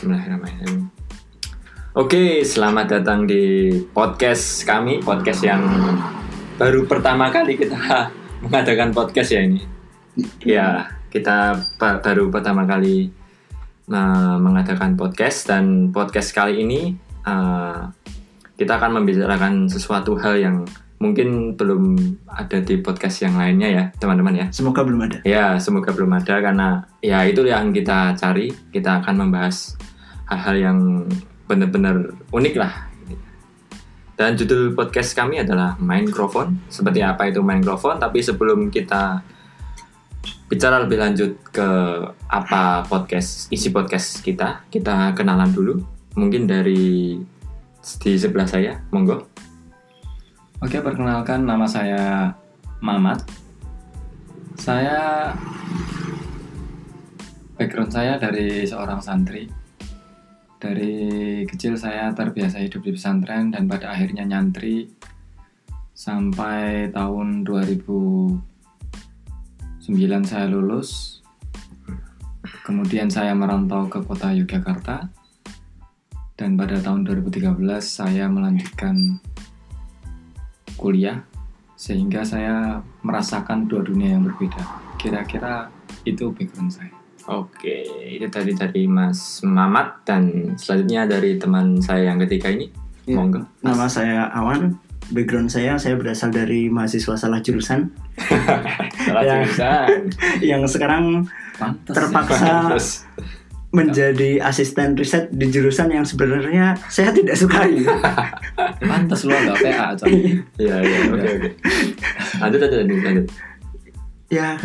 Bismillahirrahmanirrahim. Oke, selamat datang di podcast kami, podcast yang baru pertama kali kita mengadakan podcast ya ini. Ya, kita baru pertama kali mengadakan podcast, dan podcast kali ini kita akan membicarakan sesuatu hal yang mungkin belum ada di podcast yang lainnya ya teman-teman ya. Semoga belum ada. Ya, semoga belum ada, karena ya itu yang kita cari. Kita akan membahas hal-hal yang benar-benar unik lah. Dan judul podcast kami adalah Mikrofon. Seperti apa itu mikrofon? Tapi sebelum kita bicara lebih lanjut ke apa isi podcast kita kenalan dulu. Mungkin di sebelah saya, monggo. Oke, perkenalkan, nama saya Mamat. Background saya dari seorang santri. Dari kecil saya terbiasa hidup di pesantren dan pada akhirnya nyantri sampai tahun 2009 saya lulus. Kemudian saya merantau ke kota Yogyakarta. Dan pada tahun 2013 saya melanjutkan kuliah, sehingga saya merasakan dua dunia yang berbeda. Kira-kira itu background saya. Oke, itu tadi dari Mas Mamat, dan selanjutnya dari teman saya yang ketiga ini. Ya, monggo. Nama saya Awan. Background saya berasal dari mahasiswa salah jurusan. Salah jurusan. Yang sekarang terpaksa menjadi asisten riset di jurusan yang sebenarnya saya tidak sukai. Pantes lu agak PA, coy. Iya, oke. Lanjut. Ya,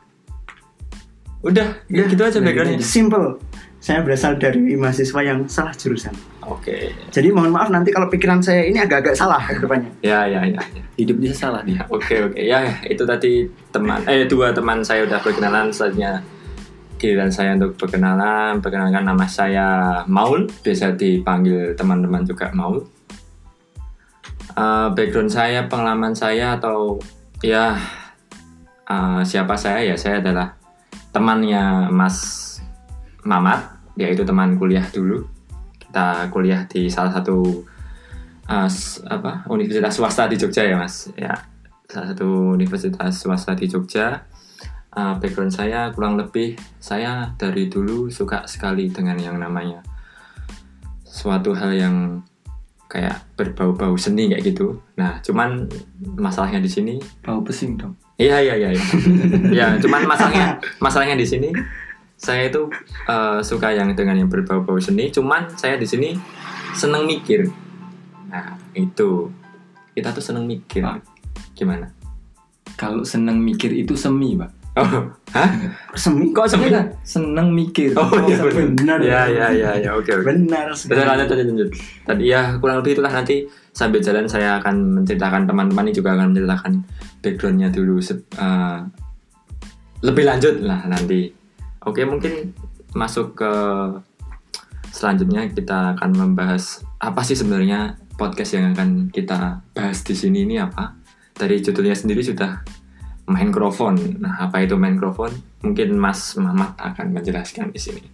udah gitu aja backgroundnya. simple. Saya berasal dari mahasiswa yang salah jurusan. Oke. Jadi mohon maaf nanti kalau pikiran saya ini agak-agak salah ke depannya. Ya. Hidup dia salah dia. Oke. Ya, itu tadi dua teman saya udah berkenalan. Selanjutnya giliran saya untuk perkenalkan, nama saya Maul, biasa dipanggil teman-teman juga Maul. Background saya, pengalaman saya, atau ya siapa saya adalah temannya Mas Mamat, yaitu teman kuliah dulu. Kita kuliah di salah satu universitas swasta di Jogja ya Mas. Ya, salah satu universitas swasta di Jogja. Background saya kurang lebih, saya dari dulu suka sekali dengan yang namanya suatu hal yang kayak berbau-bau seni kayak gitu. Nah, cuman masalahnya di sini Bau pesing dong. Iya. Ya, cuman masalahnya di sini saya itu suka yang dengan yang berbau-bau seni, cuman saya di sini seneng mikir. Nah, itu. Kita tuh seneng mikir. Gimana? Kalau seneng mikir itu semi, Pak. Oh, hah? Semi? Kok semi? Seneng mikir. Oh, iya benar. Ya, oke. Benar. Lanjut. Tadi ya kurang lebih itulah, nanti sambil jalan saya akan menceritakan, teman-teman ini juga akan menceritakan backgroundnya dulu lebih lanjut lah nanti. Oke, mungkin masuk ke selanjutnya, kita akan membahas apa sih sebenarnya podcast yang akan kita bahas di sini ini apa. Dari judulnya sendiri sudah mikrofon. Nah, apa itu mikrofon? Mungkin Mas Mamat akan menjelaskan di sini.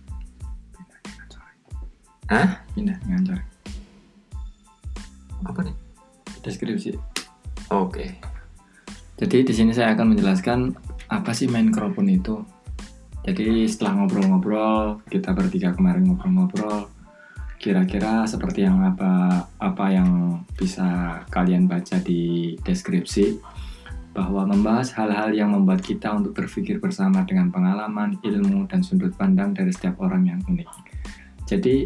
Hah? Pindah ngancor. Apa nih? Deskripsi. Oke. Jadi di sini saya akan menjelaskan apa sih mikrofon itu. Jadi setelah ngobrol-ngobrol, kita bertiga kemarin ngobrol-ngobrol, kira-kira seperti yang apa yang bisa kalian baca di deskripsi, bahwa membahas hal-hal yang membuat kita untuk berpikir bersama dengan pengalaman, ilmu, dan sudut pandang dari setiap orang yang unik. Jadi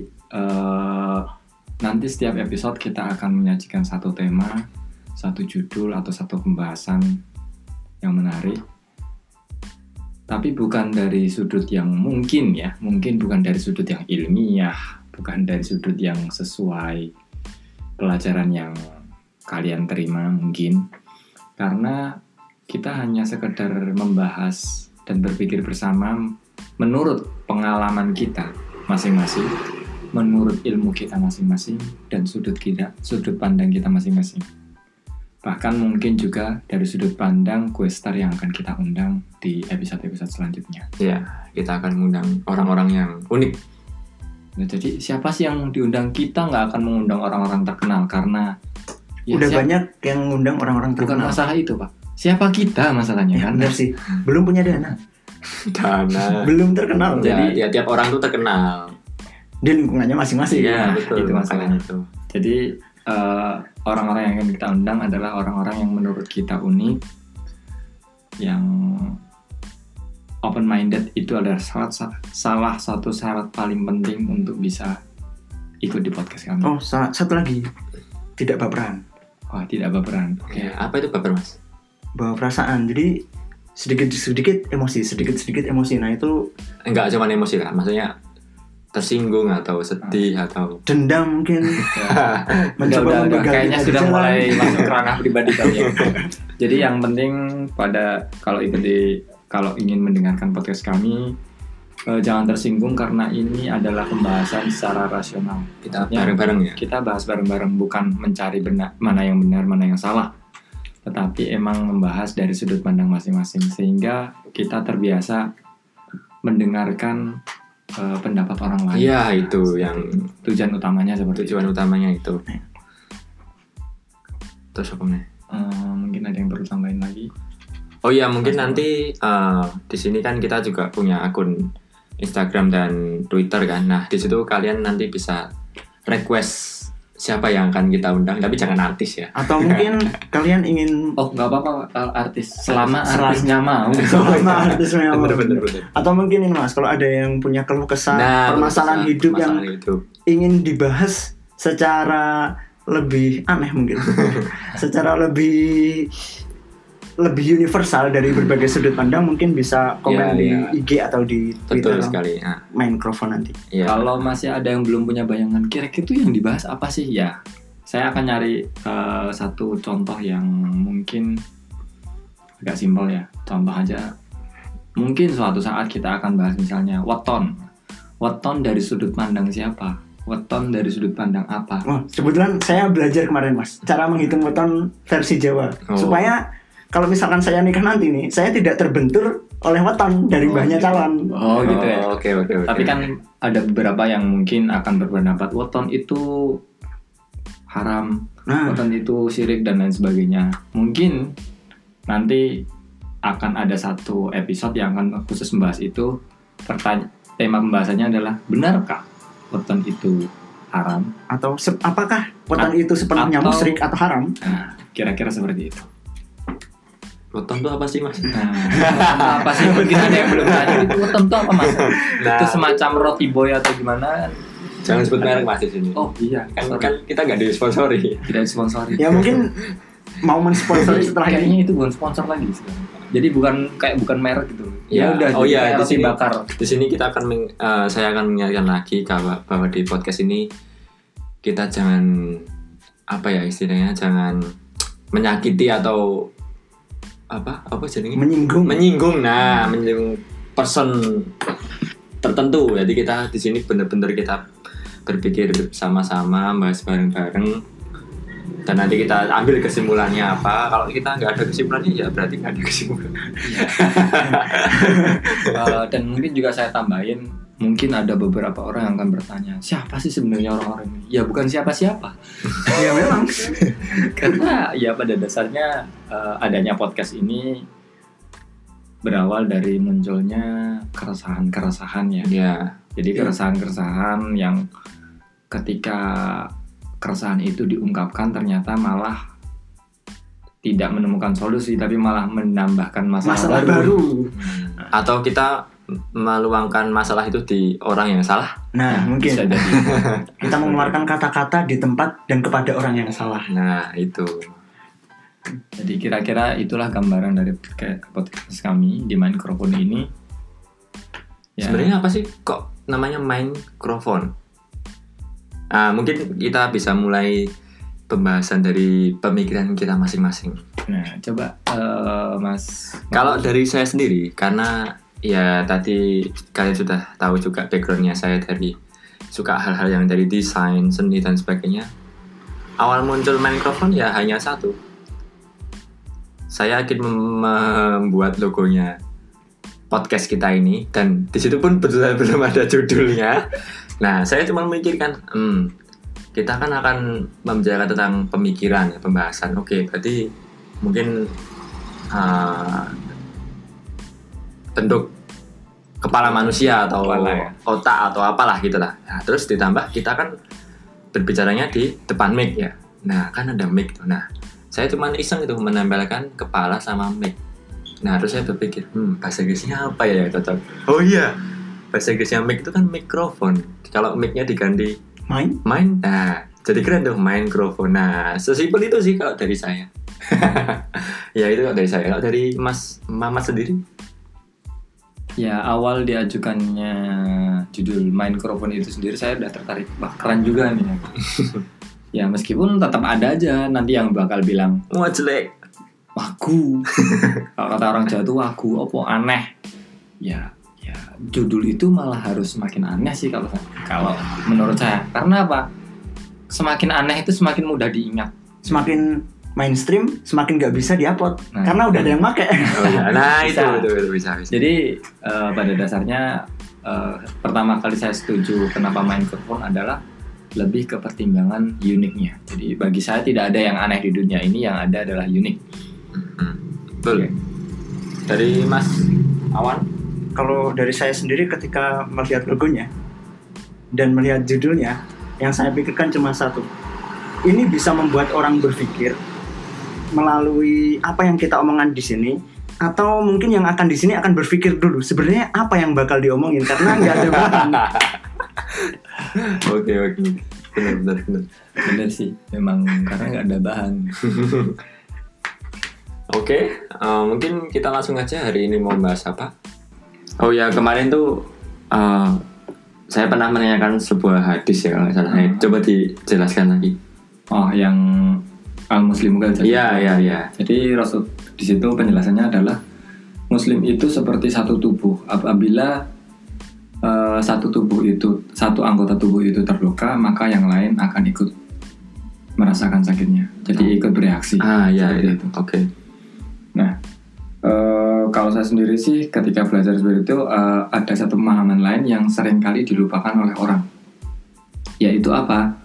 nanti setiap episode kita akan menyajikan satu tema, satu judul, atau satu pembahasan yang menarik. Tapi bukan dari sudut yang mungkin bukan dari sudut yang ilmiah, bukan dari sudut yang sesuai pelajaran yang kalian terima mungkin. Karena kita hanya sekedar membahas dan berpikir bersama menurut pengalaman kita masing-masing, menurut ilmu kita masing-masing, dan sudut pandang kita masing-masing. Bahkan mungkin juga dari sudut pandang guest-star yang akan kita undang di episode-episode selanjutnya. Ya, kita akan mengundang orang-orang yang unik. Nah, jadi siapa sih yang diundang? Kita nggak akan mengundang orang-orang terkenal karena udah banyak yang ngundang orang-orang bukan terkenal. masalah itu, Pak. Siapa kita masalahnya kan? Bener sih, belum punya dana, belum terkenal. Jadi ya tiap orang tuh terkenal di lingkungannya masing-masing. Iya betul, itu masalahnya. itu. Jadi orang-orang yang akan kita undang adalah orang-orang yang menurut kita unik, yang open minded. Itu adalah salah satu syarat paling penting untuk bisa ikut di podcast kami. Oh, satu lagi, tidak baperan. Wah, tidak baperan. Oke. Ya, apa itu baper, Mas? Bawa perasaan, jadi sedikit sedikit emosi. Nah itu Enggak cuma emosi lah, maksudnya tersinggung atau sedih atau dendam mungkin. Udah, menggali kayaknya hati sudah jalan. mulai masuk ke ranah pribadi kalian. Jadi yang penting pada kalau ingin mendengarkan podcast kami, jangan tersinggung karena ini adalah pembahasan secara rasional. kita Maksudnya, bareng-bareng ya. Kita bahas bareng-bareng, bukan mencari mana yang benar, mana yang salah, tetapi emang membahas dari sudut pandang masing-masing sehingga kita terbiasa mendengarkan pendapat orang lain. Iya, itu yang Tujuan utamanya seperti itu. tujuan utamanya itu. Terus apa nih? Mungkin ada yang perlu tambahin lagi. Oh iya, mungkin nanti di sini kan kita juga punya akun Instagram dan Twitter kan. Nah, di situ kalian nanti bisa request siapa yang akan kita undang, tapi jangan artis ya. Atau mungkin kalian ingin Oh, nggak apa-apa artis. Selama artisnya mau. sama artis memang. Bener. Atau mungkin ini Mas, kalau ada yang punya keluh kesah, permasalahan hidup yang ingin dibahas secara lebih aneh mungkin, secara lebih universal dari berbagai sudut pandang, mungkin bisa komen di IG atau di Twitter. Betul sekali. Nah, main mikrofon nanti. iya. Kalau masih ada yang belum punya bayangan, kira-kira itu yang dibahas apa sih? Ya, saya akan nyari satu contoh yang mungkin agak simpel ya. Contoh aja, mungkin suatu saat kita akan bahas misalnya weton. Weton dari sudut pandang siapa? Weton dari sudut pandang apa? Oh, kebetulan saya belajar kemarin Mas, cara menghitung weton versi Jawa, supaya kalau misalkan saya nikah nanti nih, saya tidak terbentur oleh weton dari mbahnya calon. Oh gitu ya. Oke. Tapi kan ada beberapa yang mungkin akan berpendapat weton itu haram, weton itu syirik dan lain sebagainya. Mungkin nanti akan ada satu episode yang akan khusus membahas itu. Tema pembahasannya adalah, benarkah weton itu haram? Atau apakah weton itu sepenuhnya musyrik atau haram? Nah, kira-kira seperti itu. Weton tuh apa sih, Mas? Nah, apa sih? Mungkin ada yang belum tahu itu weton tuh apa, Mas? Nah, Itu semacam roti boy atau gimana? jangan sebut merek Mas di sini. Oh iya, Kan kita nggak disponsori. tidak disponsori. Ya mungkin mau mensponsori setelah ini. Kayaknya itu bukan sponsor lagi sekarang. Jadi bukan merek gitu. Ya, udah. oh iya, di di sini bakar. Di sini kita akan saya akan mengingatkan lagi bahwa di podcast ini kita jangan apa ya istilahnya, jangan menyakiti atau apa jadinya menyinggung person tertentu. Jadi kita di sini benar-benar kita berpikir sama-sama, bahas bareng-bareng, dan nanti kita ambil kesimpulannya apa. Kalau kita nggak ada kesimpulannya, ya berarti nggak ada kesimpulan. Dan mungkin juga saya tambahin, mungkin ada beberapa orang yang akan bertanya, siapa sih sebenarnya orang-orang ini? Ya bukan siapa-siapa. Ya memang. Karena ya pada dasarnya adanya podcast ini berawal dari munculnya keresahan-keresahan ya. Ya. Jadi keresahan-keresahan yang ketika keresahan itu diungkapkan ternyata malah tidak menemukan solusi, tapi malah menambahkan masalah baru. Atau kita meluangkan masalah itu di orang yang salah. Nah, mungkin bisa jadi. kita mengeluarkan kata-kata di tempat dan kepada orang yang salah. Nah, itu. Jadi kira-kira itulah gambaran dari podcast kami di Mikrofon ini. Ya. Sebenarnya apa sih kok namanya Mikrofon? Mungkin kita bisa mulai pembahasan dari pemikiran kita masing-masing. Nah, coba Mas. Kalau dari saya sendiri, karena ya tadi kalian sudah tahu juga backgroundnya saya dari suka hal-hal yang dari desain, seni dan sebagainya. Awal muncul Mikrofon ya hanya satu. Saya ingin membuat logonya podcast kita ini, dan di situ pun betul belum ada judulnya. Nah, saya cuma memikirkan, kita kan akan membicarakan tentang pemikiran, ya, pembahasan. Oke, berarti mungkin bentuk kepala manusia atau otak atau apalah gitulah. Nah, terus ditambah kita kan berbicaranya di depan mic ya. Nah, kan ada mic tuh. Nah, saya cuma iseng itu menempelkan kepala sama mic. Nah, terus saya berpikir, bahasa Inggrisnya apa ya cocok? Oh iya, bahasa Inggrisnya mic itu kan mikrofon. Kalau mic-nya diganti main, nah jadi keren tuh, mikrofon. Nah, sesimpel itu sih kalau dari saya. Ya itu kalau dari saya. Kalau dari Mas Mamat sendiri? Ya, awal diajukannya judul mikrofon itu sendiri saya udah tertarik. Wah, keren juga nih. Ya meskipun tetap ada aja nanti yang bakal bilang wah jelek, wagu. Kalau kata orang Jawa tuh wagu, apa aneh. Ya judul itu malah harus semakin aneh sih kalau menurut saya. Karena apa? Semakin aneh itu semakin mudah diingat. Semakin mainstream, semakin gak bisa diupload. Karena udah ada yang pakai. Oh ya, nah itu bisa. Jadi pada dasarnya pertama kali saya setuju kenapa mikrofon adalah lebih ke pertimbangan uniknya. Jadi bagi saya tidak ada yang aneh di dunia ini, yang ada adalah unik. Betul. Dari Mas Awan? Kalau dari saya sendiri ketika melihat logonya dan melihat judulnya, yang saya pikirkan cuma satu. Ini bisa membuat orang berpikir melalui apa yang kita omongkan di sini, atau mungkin yang akan di sini akan berpikir dulu sebenarnya apa yang bakal diomongin karena nggak ada bahan. Oke. Benar sih, memang karena nggak ada bahan. Oke, mungkin kita langsung aja hari ini mau bahas apa? Oh ya, kemarin tuh saya pernah menanyakan sebuah hadis ya kalau nggak salah. Coba dijelaskan lagi. Oh, yang Al-Muslimu kan? Iya. Jadi Rasul di situ penjelasannya adalah Muslim itu seperti satu tubuh. Apabila satu anggota tubuh itu terluka, maka yang lain akan ikut merasakan sakitnya. Jadi ikut bereaksi. Itu. Oke. Nah, kalau saya sendiri sih ketika belajar seperti itu ada satu pemahaman lain yang seringkali dilupakan oleh orang. Yaitu apa?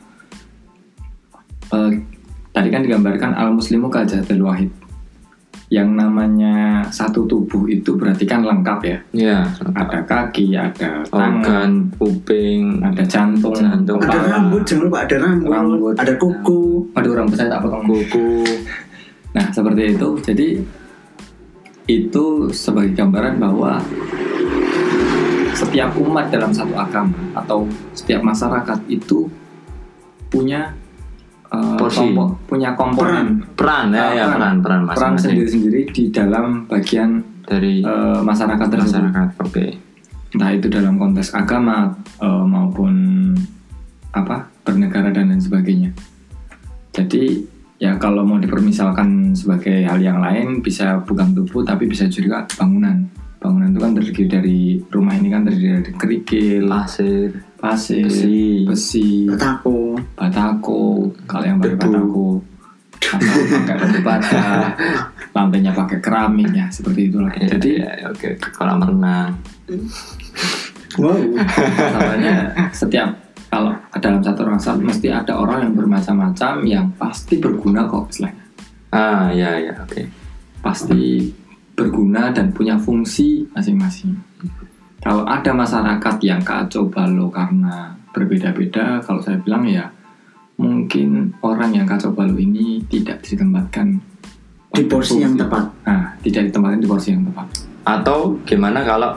Tadi kan digambarkan al-muslimu kal-jasadil wahid. Yang namanya satu tubuh itu berarti kan lengkap ya. Iya. Ada kaki, ada tangan, kuping, ada jantung, ada rambut, jangan lupa ada rambut, ada kuku. Aduh, rambut saya tak potong. Kuku. Nah, seperti itu. Jadi itu sebagai gambaran bahwa setiap umat dalam satu agama atau setiap masyarakat itu punya punya komponen peran sendiri-sendiri di dalam bagian dari masyarakat tersebut. Oke. Entah itu dalam konteks agama maupun bernegara dan lain sebagainya. Jadi ya kalau mau dipermisalkan sebagai hal yang lain, bisa bukan tubuh tapi bisa juga bangunan. Bangunan itu kan terdiri dari, rumah ini kan terdiri dari kerikil, pasir, besi, batako. Kalau yang pakai batako atau pakai batu bata, lantainya pakai keramik ya, seperti itulah. Jadi oke. Kolam renang. Wow. Masalahnya kalau dalam satu rangsa mesti ada orang yang bermacam-macam yang pasti berguna kok istilahnya. Oke. Pasti berguna dan punya fungsi masing-masing. Kalau ada masyarakat yang kacau balau karena berbeda-beda, kalau saya bilang ya mungkin orang yang kacau balau ini tidak ditempatkan di porsi yang tepat. Tidak ditempatkan di porsi yang tepat. Atau gimana kalau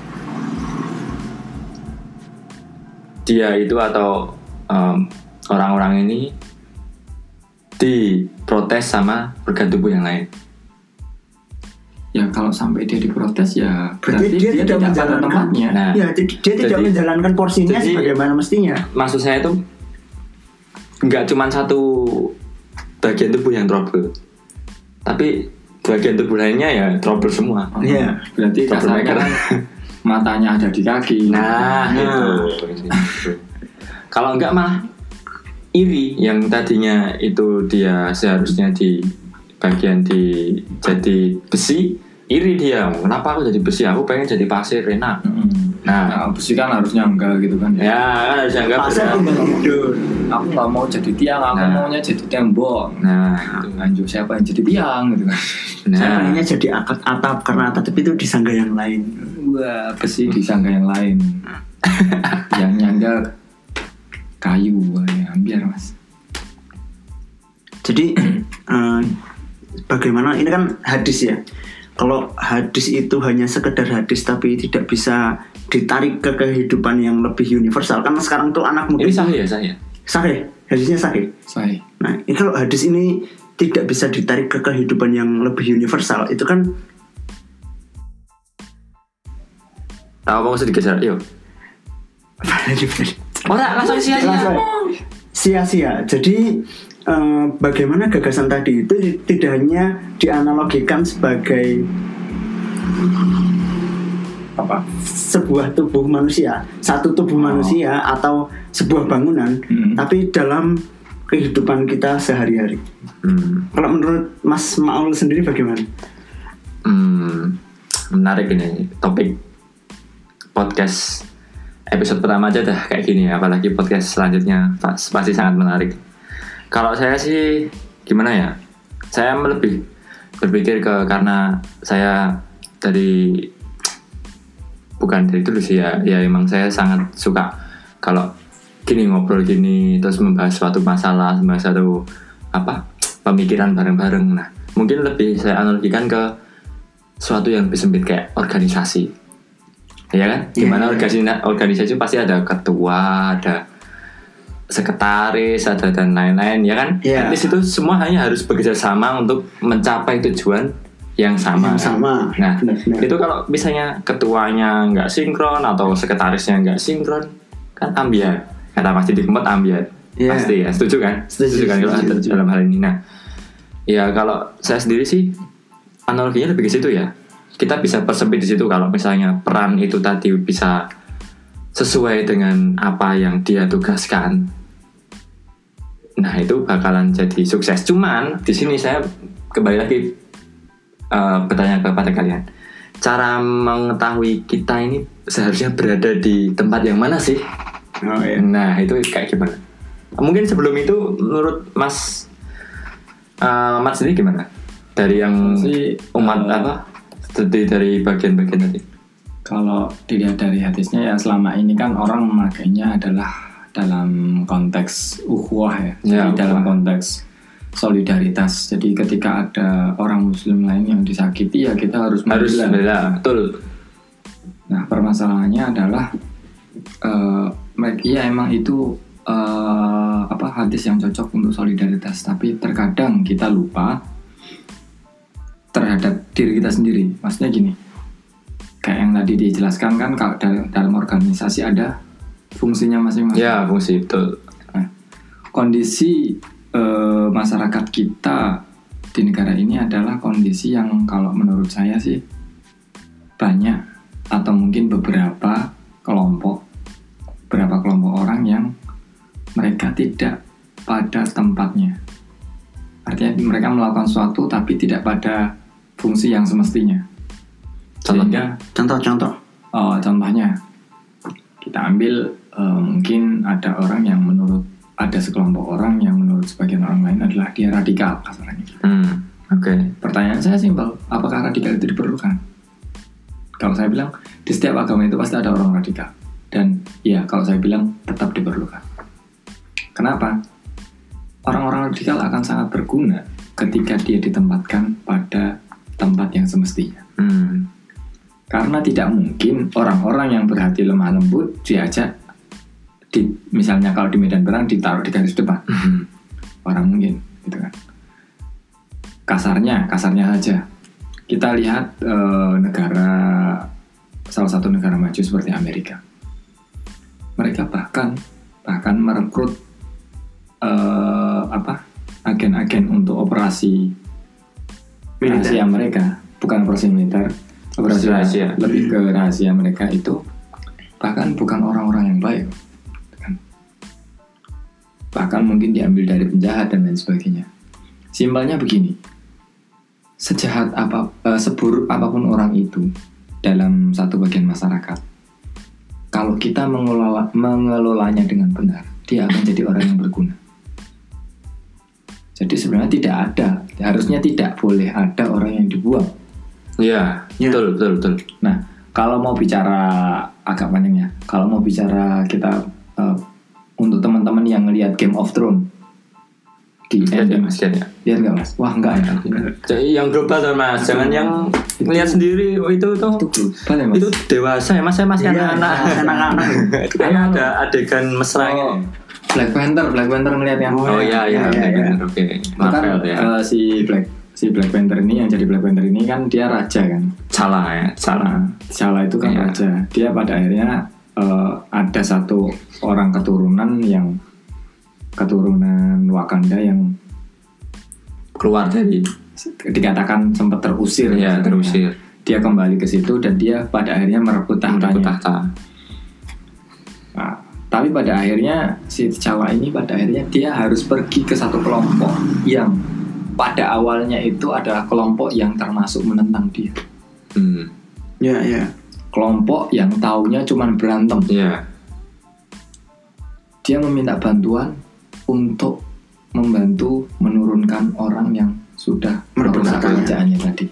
dia itu atau orang-orang ini diprotes sama organ tubuh yang lain? Ya kalau sampai dia diprotes ya berarti dia tidak menjalankan tempatnya. Dia tidak menjalankan porsinya sebagaimana mestinya. Maksud saya itu nggak cuma satu bagian tubuh yang trouble, tapi bagian tubuh lainnya ya trouble semua. Iya. Berarti kasarnya kan matanya ada di kaki. Itu. Kalau enggak malah iri, yang tadinya itu dia seharusnya di bagian jadi besi, iri dia. Kenapa aku jadi besi? Aku pengen jadi pasir, enak. Nah, besi kan harusnya enggak gitu kan ya kan harusnya enggak tidur. Aku nggak mau jadi tiang, aku maunya jadi tembok. Nah itu lanjut siapa yang jadi tiang gitu kan. Saya pengennya jadi atap karena atap itu disangga yang lain. Wah, besi disangga yang lain. Yang nyangga kayu, ya biar mas. Jadi bagaimana ini kan hadis ya. Kalau hadis itu hanya sekedar hadis tapi tidak bisa ditarik ke kehidupan yang lebih universal. Kan sekarang tuh anak muda. Ini sahih ya? Sahih, hadisnya sahih. Sahih. Nah, ini kalau hadis ini tidak bisa ditarik ke kehidupan yang lebih universal, itu kan. Tahu mau sedikit saja, yuk. Langsung sia-sia. Jadi bagaimana gagasan tadi itu tidak hanya dianalogikan sebagai sebuah tubuh manusia, satu tubuh manusia atau sebuah bangunan, tapi dalam kehidupan kita sehari-hari. Kalau menurut Mas Maul sendiri bagaimana? Menarik ini topik podcast episode pertama aja dah kayak gini, apalagi podcast selanjutnya pasti sangat menarik. Kalau saya sih gimana ya? Saya lebih berpikir karena saya bukan dari dulu sih ya emang saya sangat suka kalau gini ngobrol gini terus membahas suatu masalah, membahas satu pemikiran bareng-bareng. Nah, mungkin lebih saya analogikan ke suatu yang lebih sempit kayak organisasi. Ya kan? Gimana organisasi pasti ada ketua, ada sekretaris, ada dan lain-lain ya kan? Di situ semua hanya harus bekerja sama untuk mencapai tujuan yang sama. Nah, itu kalau misalnya ketuanya nggak sinkron atau sekretarisnya nggak sinkron, kan ambiar. Kata pasti dikempet ambiar. Pasti ya, setuju kan? Setuju kan kalau dalam hal ini. Nah, ya kalau saya sendiri sih analoginya lebih ke situ ya. Kita bisa persempit di situ kalau misalnya peran itu tadi bisa sesuai dengan apa yang dia tugaskan. Nah, itu bakalan jadi sukses. Cuman di sini saya kembali lagi bertanya kepada kalian. Cara mengetahui kita ini seharusnya berada di tempat yang mana sih? Nah, itu kayak gimana? Mungkin sebelum itu menurut Mas sendiri gimana? Dari yang umat dari bagian-bagian tadi. Kalau dilihat dari hadisnya ya selama ini kan orang memakainya adalah dalam konteks ukhuwah ya. Jadi dalam konteks solidaritas. Jadi ketika ada orang muslim lain yang disakiti ya kita harus bela. Betul. Nah, permasalahannya adalah ya emang itu hadis yang cocok untuk solidaritas, tapi terkadang kita lupa terhadap diri kita sendiri. Maksudnya gini, kayak yang tadi dijelaskan kan kalau dalam organisasi ada fungsinya masing-masing. Ya, fungsi betul. Nah, kondisi masyarakat kita di negara ini adalah kondisi yang kalau menurut saya sih banyak atau mungkin beberapa kelompok orang yang mereka tidak pada tempatnya. Artinya mereka melakukan sesuatu tapi tidak pada fungsi yang semestinya. Contohnya? Contohnya kita ambil mungkin ada sekelompok orang yang menurut sebagian orang lain adalah dia radikal kasarnya. Okay. Pertanyaan saya simpel, apakah radikal itu diperlukan? Kalau saya bilang di setiap agama itu pasti ada orang radikal, dan ya kalau saya bilang tetap diperlukan. Kenapa? Orang-orang radikal akan sangat berguna ketika dia ditempatkan pada tempat yang semestinya. Karena tidak mungkin orang-orang yang berhati lemah lembut diajak misalnya kalau di medan perang ditaruh di garis depan. Orang mungkin gitu kan. Kasarnya saja kita lihat salah satu negara maju seperti Amerika. Mereka bahkan merekrut agen-agen untuk operasi rahasia mereka, bukan operasi militer, operasi rahasia, lebih ke rahasia mereka itu bahkan bukan orang-orang yang baik, bahkan mungkin diambil dari penjahat dan lain sebagainya. Simpelnya begini, seburuk apapun orang itu dalam satu bagian masyarakat, kalau kita mengelolanya dengan benar, dia akan jadi orang yang berguna. Jadi sebenarnya harusnya tidak boleh ada orang yang dibuang. Iya, betul. Nah, kalau mau bicara agak panjang ya, kalau mau bicara kita untuk teman-teman yang ngelihat Game of Thrones di ending, lihat nggak mas? Wah nggak ya. Yang global tuh mas, jangan yang lihat sendiri. Oh itu global ya mas? Itu dewasa ya mas, saya masih anak-anak. Itu kayak ada adegan mesra gitu. Black Panther ngelihat yang Oke. Marvel ya. Si Black Panther ini yang jadi Black Panther ini kan dia raja kan. Salah itu kan raja. Dia pada akhirnya ada satu orang keturunan Wakanda yang keluar dari, dikatakan sempat terusir. Ya, terusir. Dia kembali ke situ dan dia pada akhirnya merebut tahta. Nah, tapi pada akhirnya si T'Challa ini dia harus pergi ke satu kelompok yang pada awalnya itu adalah kelompok yang termasuk menentang dia. Kelompok yang taunya cuman berantem. Dia meminta bantuan untuk membantu menurunkan orang yang sudah merusak kerajaannya tadi.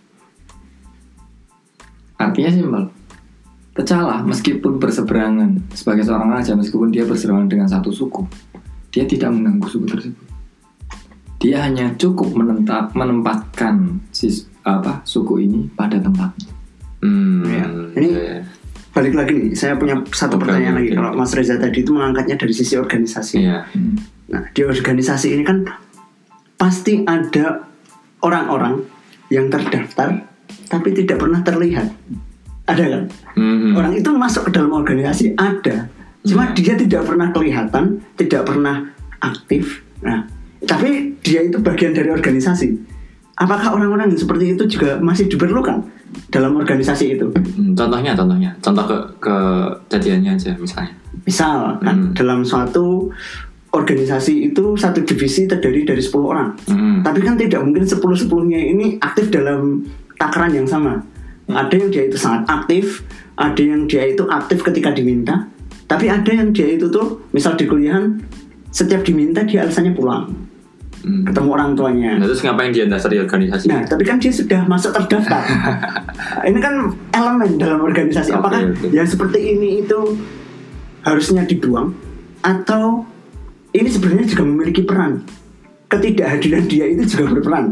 Artinya simpel. T'Challa meskipun berseberangan sebagai seorang raja, meskipun dia berseberangan dengan satu suku, dia tidak mengganggu suku tersebut. Dia hanya cukup menempatkan suku ini pada tempatnya. Ini balik lagi nih, saya punya satu pertanyaan lagi. Kalau Mas Reza tadi itu mengangkatnya dari sisi organisasi. Nah, di organisasi ini kan pasti ada orang-orang yang terdaftar tapi tidak pernah terlihat. Ada kan? Orang itu masuk ke dalam organisasi ada, cuma dia tidak pernah kelihatan, tidak pernah aktif. Nah, tapi dia itu bagian dari organisasi. Apakah orang-orang yang seperti itu juga masih diperlukan dalam organisasi itu? Contohnya, contoh kejadiannya aja misalnya. Misal kan dalam suatu organisasi itu satu divisi terdiri dari 10 orang, tapi kan tidak mungkin 10-10-nya ini aktif dalam takaran yang sama. Ada yang dia itu sangat aktif, ada yang dia itu aktif ketika diminta, tapi ada yang dia itu tuh misal di kuliahan setiap diminta dia alasannya pulang, ketemu orang tuanya. Nah, terus ngapain dia dasar di organisasi? Nah, tapi kan dia sudah masuk terdaftar. Ini kan elemen dalam organisasi. Apakah yang seperti ini itu harusnya dibuang, atau ini sebenarnya juga memiliki peran? Ketidakhadiran dia itu juga berperan.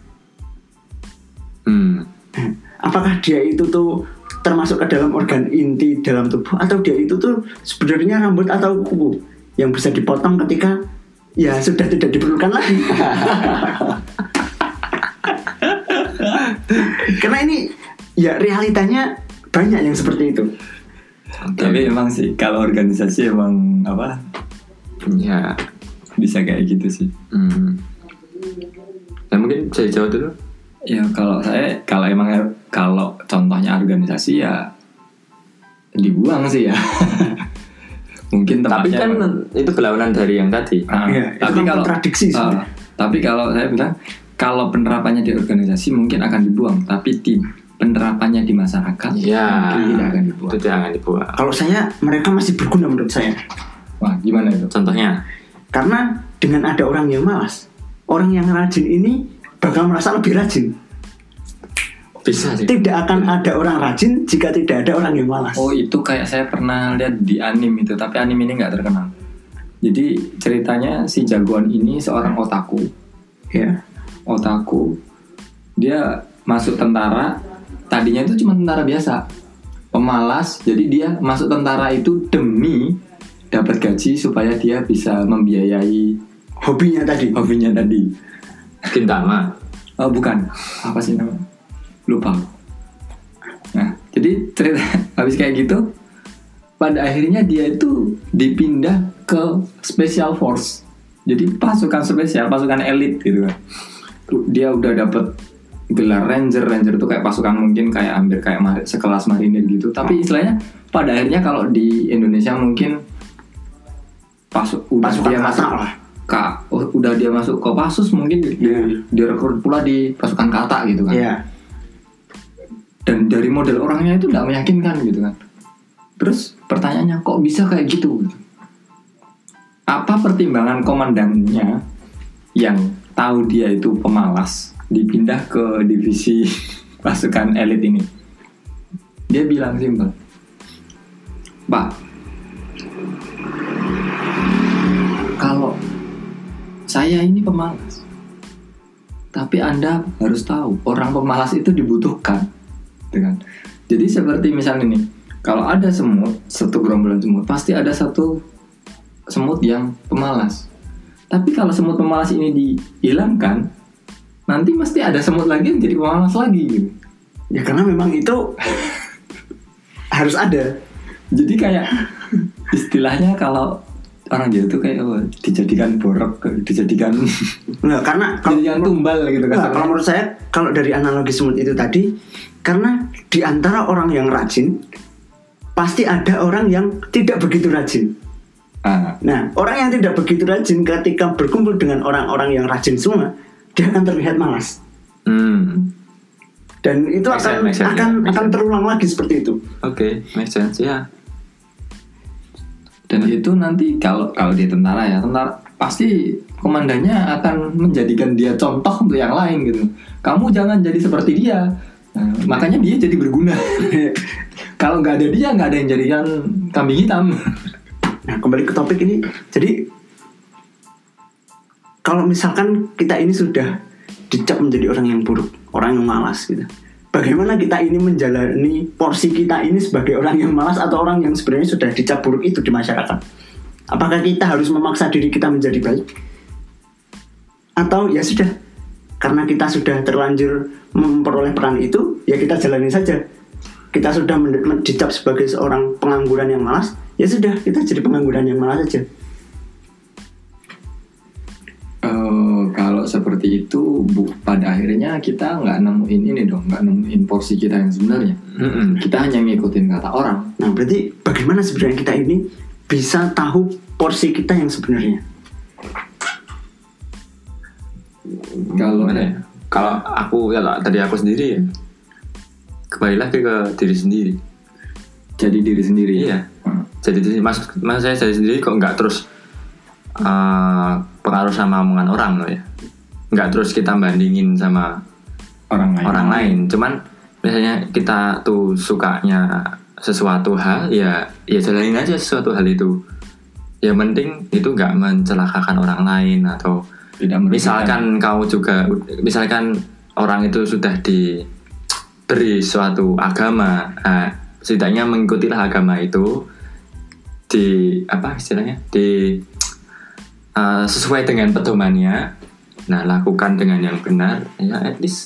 Apakah dia itu tuh termasuk ke dalam organ inti dalam tubuh, atau dia itu tuh sebenarnya rambut atau kuku yang bisa dipotong ketika ya sudah tidak diperlukan lagi? Karena ini ya realitanya banyak yang seperti itu. Tapi emang sih kalau organisasi emang ya bisa kayak gitu sih. Nah, mungkin saya jawab dulu. Ya kalau contohnya organisasi ya dibuang sih ya. Mungkin tapi kan itu berlawanan dari yang tadi. Tapi kalau kontradiksi tapi kalau saya bilang kalau penerapannya di organisasi mungkin akan dibuang, tapi penerapannya di masyarakat mungkin tidak akan dibuang. Itu tidak akan dibuang. Kalau mereka masih berguna menurut saya. Wah, gimana itu? Contohnya? Karena dengan ada orang yang malas, orang yang rajin ini bakal merasa lebih rajin. Bisa sih. Tidak akan ada orang rajin jika tidak ada orang yang malas. Oh, itu kayak saya pernah lihat di anime itu, tapi anime ini nggak terkenal. Jadi ceritanya si jagoan ini seorang otaku. Otaku. Dia masuk tentara. Tadinya itu cuma tentara biasa, pemalas. Jadi dia masuk tentara itu demi dapat gaji supaya dia bisa membiayai hobinya tadi. Gintama. Oh bukan, apa sih namanya? Lupa. Nah, jadi cerita habis kayak gitu, pada akhirnya dia itu dipindah ke Special Force. Jadi pasukan spesial, pasukan elit gitu kan. Dia udah dapet gelar Ranger itu kayak pasukan mungkin kayak hampir kayak sekelas marinir gitu. Tapi istilahnya pada akhirnya kalau di Indonesia mungkin udah dia masuk Kopassus mungkin direkrut pula di pasukan kata gitu kan. Dan dari model orangnya itu tidak meyakinkan gitu kan. Terus pertanyaannya, kok bisa kayak gitu? Apa pertimbangan komandannya yang tahu dia itu pemalas dipindah ke divisi pasukan elit ini? Dia bilang simpel, Pak, kalau saya ini pemalas, tapi Anda harus tahu orang pemalas itu dibutuhkan, kan? Jadi seperti misalnya nih, kalau ada semut, satu gerombolan semut, pasti ada satu semut yang pemalas. Tapi kalau semut pemalas ini dihilangkan, nanti mesti ada semut lagi yang jadi pemalas lagi gitu. Ya karena memang itu harus ada. Jadi kayak istilahnya kalau orang Jawa itu kayak dijadikan borok, dijadikan karena dijadikan tumbal gitu kan. Kalau menurut saya, kalau dari analogi semut itu tadi, karena di antara orang yang rajin pasti ada orang yang tidak begitu rajin. Nah, orang yang tidak begitu rajin ketika berkumpul dengan orang-orang yang rajin semua, dia akan terlihat malas. Dan itu akan terulang lagi seperti itu. Oke, make sense ya. Dan itu nanti kalau dia tentara ya, tentara pasti komandannya akan menjadikan dia contoh untuk yang lain gitu. Kamu jangan jadi seperti dia. Nah, makanya dia jadi berguna. Kalau nggak ada dia, nggak ada yang jadikan kambing hitam. Nah, kembali ke topik ini. Jadi kalau misalkan kita ini sudah dicap menjadi orang yang buruk, orang yang malas gitu, bagaimana kita ini menjalani porsi kita ini sebagai orang yang malas atau orang yang sebenarnya sudah dicap buruk itu di masyarakat? Apakah kita harus memaksa diri kita menjadi baik? Atau ya sudah, karena kita sudah terlanjur memperoleh peran itu, ya kita jalani saja. Kita sudah dicap sebagai seorang pengangguran yang malas, ya sudah, kita jadi pengangguran yang malas saja. Kalau seperti itu, pada akhirnya kita nggak nemuin ini dong, nggak nemuin porsi kita yang sebenarnya. Kita hanya ngikutin kata orang. Nah, berarti bagaimana sebenarnya kita ini bisa tahu porsi kita yang sebenarnya? Kalau aku ya tadi aku sendiri ya, kembali lagi ke diri sendiri. Jadi diri sendiri. Iya. Jadi maksud saya jadi sendiri kok nggak terus pengaruh sama omongan orang loh ya. Nggak terus kita bandingin sama orang lain. Cuman misalnya kita tuh sukanya sesuatu hal, ya jalanin aja sesuatu hal itu. Ya penting itu nggak mencelakakan orang lain atau misalkan misalkan orang itu sudah diberi suatu agama, setidaknya mengikutilah agama itu sesuai dengan pedomannya. Nah, lakukan dengan yang benar, ya at least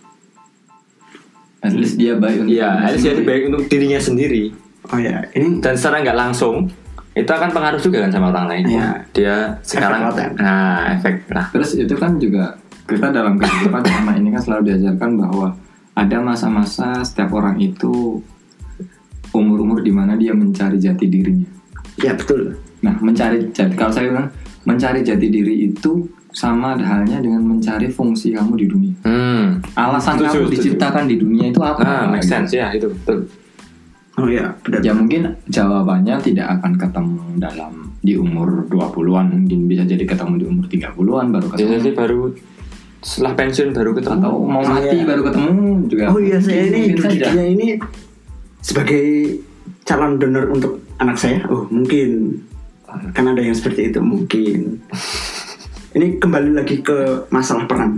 dia baik untuk baik untuk dirinya sendiri. Oh ya, ini dan secara nggak langsung itu akan pengaruh juga kan sama orang lain. Iya. Dia sekarang efek lah. Terus itu kan juga kita dalam kehidupan sama ini kan selalu diajarkan bahwa ada masa-masa setiap orang itu umur-umur di mana dia mencari jati dirinya. Ya betul. Nah, kalau saya bilang mencari jati diri itu sama halnya dengan mencari fungsi kamu di dunia. Alasan kamu diciptakan di dunia itu apa? Make sense ya, itu betul. Oh ya, benar. Ya mungkin jawabannya tidak akan ketemu di umur 20-an, mungkin bisa jadi ketemu di umur 30-an baru ketemu. Jadi baru setelah pensiun baru ketemu atau mau mati baru ketemu juga. Oh iya, saya ini dunia ini sebagai calon donor untuk anak saya. Oh, mungkin kan ada yang seperti itu mungkin. Ini kembali lagi ke masalah peran.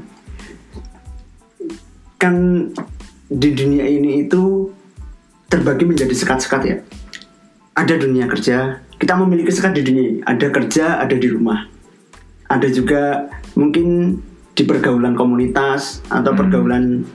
Kan di dunia ini itu terbagi menjadi sekat-sekat ya. Ada dunia kerja, kita memiliki sekat di dunia ini. Ada kerja, ada di rumah. Ada juga mungkin di pergaulan komunitas atau pergaulan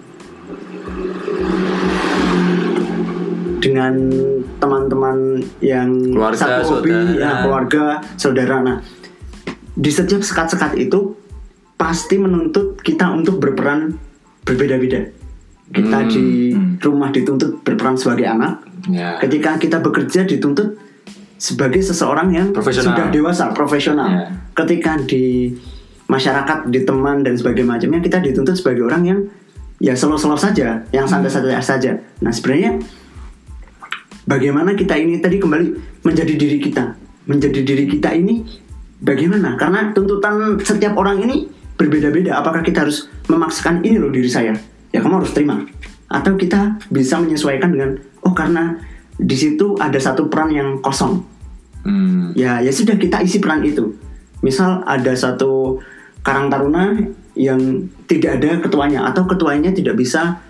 dengan teman-teman yang keluarga, satu hobi, keluarga, saudara. Nah, di setiap sekat-sekat itu pasti menuntut kita untuk berperan berbeda-beda. Kita di rumah dituntut berperan sebagai anak. Ketika kita bekerja dituntut sebagai seseorang yang sudah dewasa, profesional. Ketika di masyarakat, di teman dan sebagainya macamnya, kita dituntut sebagai orang yang ya slow-slow saja, yang santai-santai saja. Nah, sebenarnya bagaimana kita ini tadi kembali menjadi diri kita. Menjadi diri kita ini bagaimana? Karena tuntutan setiap orang ini berbeda-beda. Apakah kita harus memaksakan ini loh diri saya? Ya kamu harus terima. Atau kita bisa menyesuaikan dengan karena di situ ada satu peran yang kosong. Ya sudah, kita isi peran itu. Misal ada satu karang taruna yang tidak ada ketuanya, atau ketuanya tidak bisa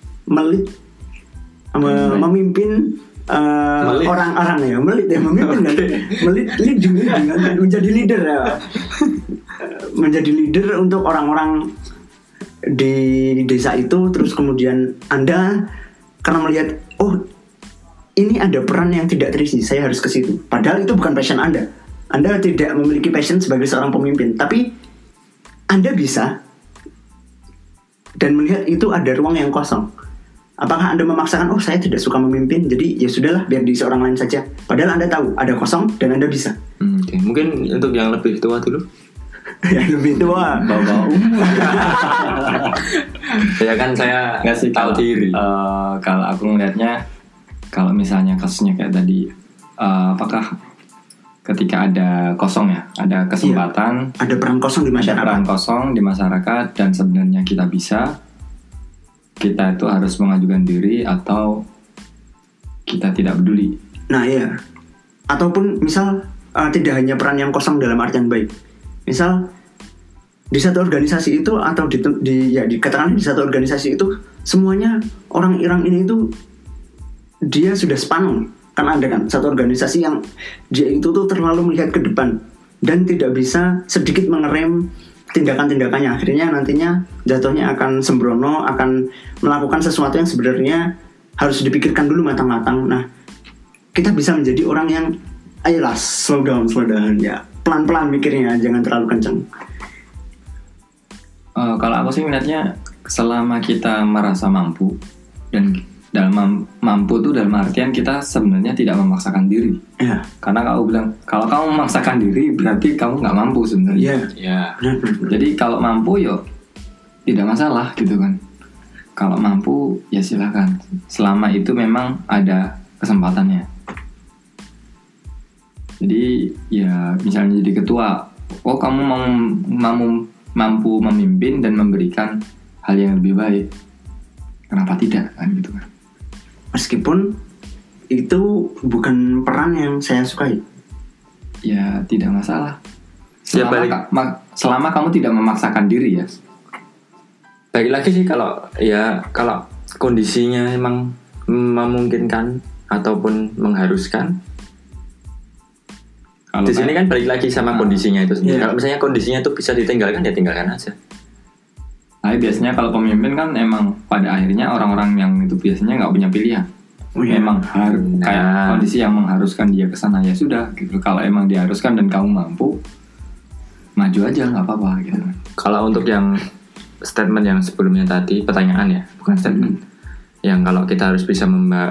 memimpin orang-orang ya, memimpin kan, leading menjadi leader ya, menjadi leader untuk orang-orang di desa itu. Terus kemudian Anda karena melihat ini ada peran yang tidak terisi, saya harus ke situ. Padahal itu bukan passion Anda. Anda tidak memiliki passion sebagai seorang pemimpin, tapi Anda bisa dan melihat itu ada ruang yang kosong. Apakah Anda memaksakan, saya tidak suka memimpin, jadi ya sudahlah, biar diisi orang lain saja. Padahal Anda tahu ada kosong dan Anda bisa. Okay. Mungkin untuk yang lebih tua dulu. Yang lebih tua, bawa umur. Ya kan saya nggak sih tahu diri. Kalau aku melihatnya, kalau misalnya kasusnya kayak tadi, apakah ketika ada kosong ya, ada kesempatan, ada peran kosong di masyarakat, dan sebenarnya kita bisa, kita itu harus mengajukan diri atau kita tidak peduli. Nah iya, ataupun misal tidak hanya peran yang kosong dalam artian baik. Misal di satu organisasi itu, atau dikatakan di satu organisasi itu semuanya orang Iran ini itu dia sudah sepanon. Kan ada kan satu organisasi yang dia itu tuh terlalu melihat ke depan dan tidak bisa sedikit mengerem tindakan-tindakannya. Akhirnya nantinya jatuhnya akan sembrono, akan melakukan sesuatu yang sebenarnya harus dipikirkan dulu matang-matang. Nah, kita bisa menjadi orang yang ayolah slow down ya, pelan-pelan mikirnya, jangan terlalu kencang. Kalau aku sih melihatnya, selama kita merasa mampu, dan dalam mampu itu dalam artian kita sebenarnya tidak memaksakan diri. Ya. Karena kalau bilang kalau kamu memaksakan diri berarti kamu nggak mampu sebenarnya. Iya. Jadi kalau mampu tidak masalah gitu kan. Kalau mampu ya silakan. Selama itu memang ada kesempatannya. Jadi ya misalnya jadi ketua, kamu mampu memimpin dan memberikan hal yang lebih baik. Kenapa tidak kan gitu kan? Meskipun itu bukan peran yang saya sukai. Ya tidak masalah. Selama kamu tidak memaksakan diri ya. Balik lagi sih kalau kondisinya emang memungkinkan ataupun mengharuskan. Di sini kan balik lagi sama kondisinya itu sendiri. Kalau misalnya kondisinya itu bisa ditinggalkan, ya tinggalkan aja. Nah, biasanya kalau pemimpin kan emang pada akhirnya orang-orang yang itu biasanya nggak punya pilihan. Memang harus kayak kondisi yang mengharuskan dia ke sana, ya sudah gitu. Kalau emang diharuskan dan kamu mampu, maju aja nggak apa-apa gitu. Kalau untuk yang statement yang sebelumnya tadi, pertanyaan ya, bukan statement. Yang kalau kita harus bisa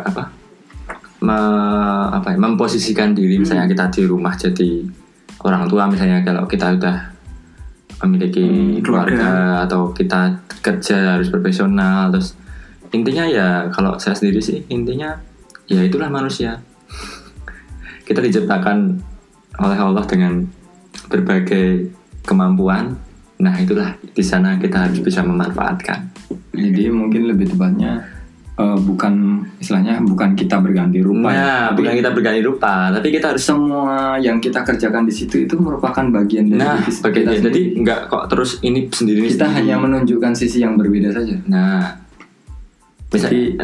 memposisikan diri, misalnya kita di rumah jadi orang tua, misalnya kalau kita udah memiliki keluarga atau kita kerja harus profesional, terus intinya ya kalau saya sendiri sih intinya ya itulah manusia. Kita diciptakan oleh Allah dengan berbagai kemampuan. Nah itulah di sana kita harus bisa memanfaatkan. Jadi mungkin lebih tepatnya bukan kita berganti rupa. Nah, bukan kita berganti rupa, tapi kita harus semua yang kita kerjakan di situ itu merupakan bagian dari kita. Jadi enggak kok terus ini sendiri. Kita hanya menunjukkan sisi yang berbeda saja. Nah, jadi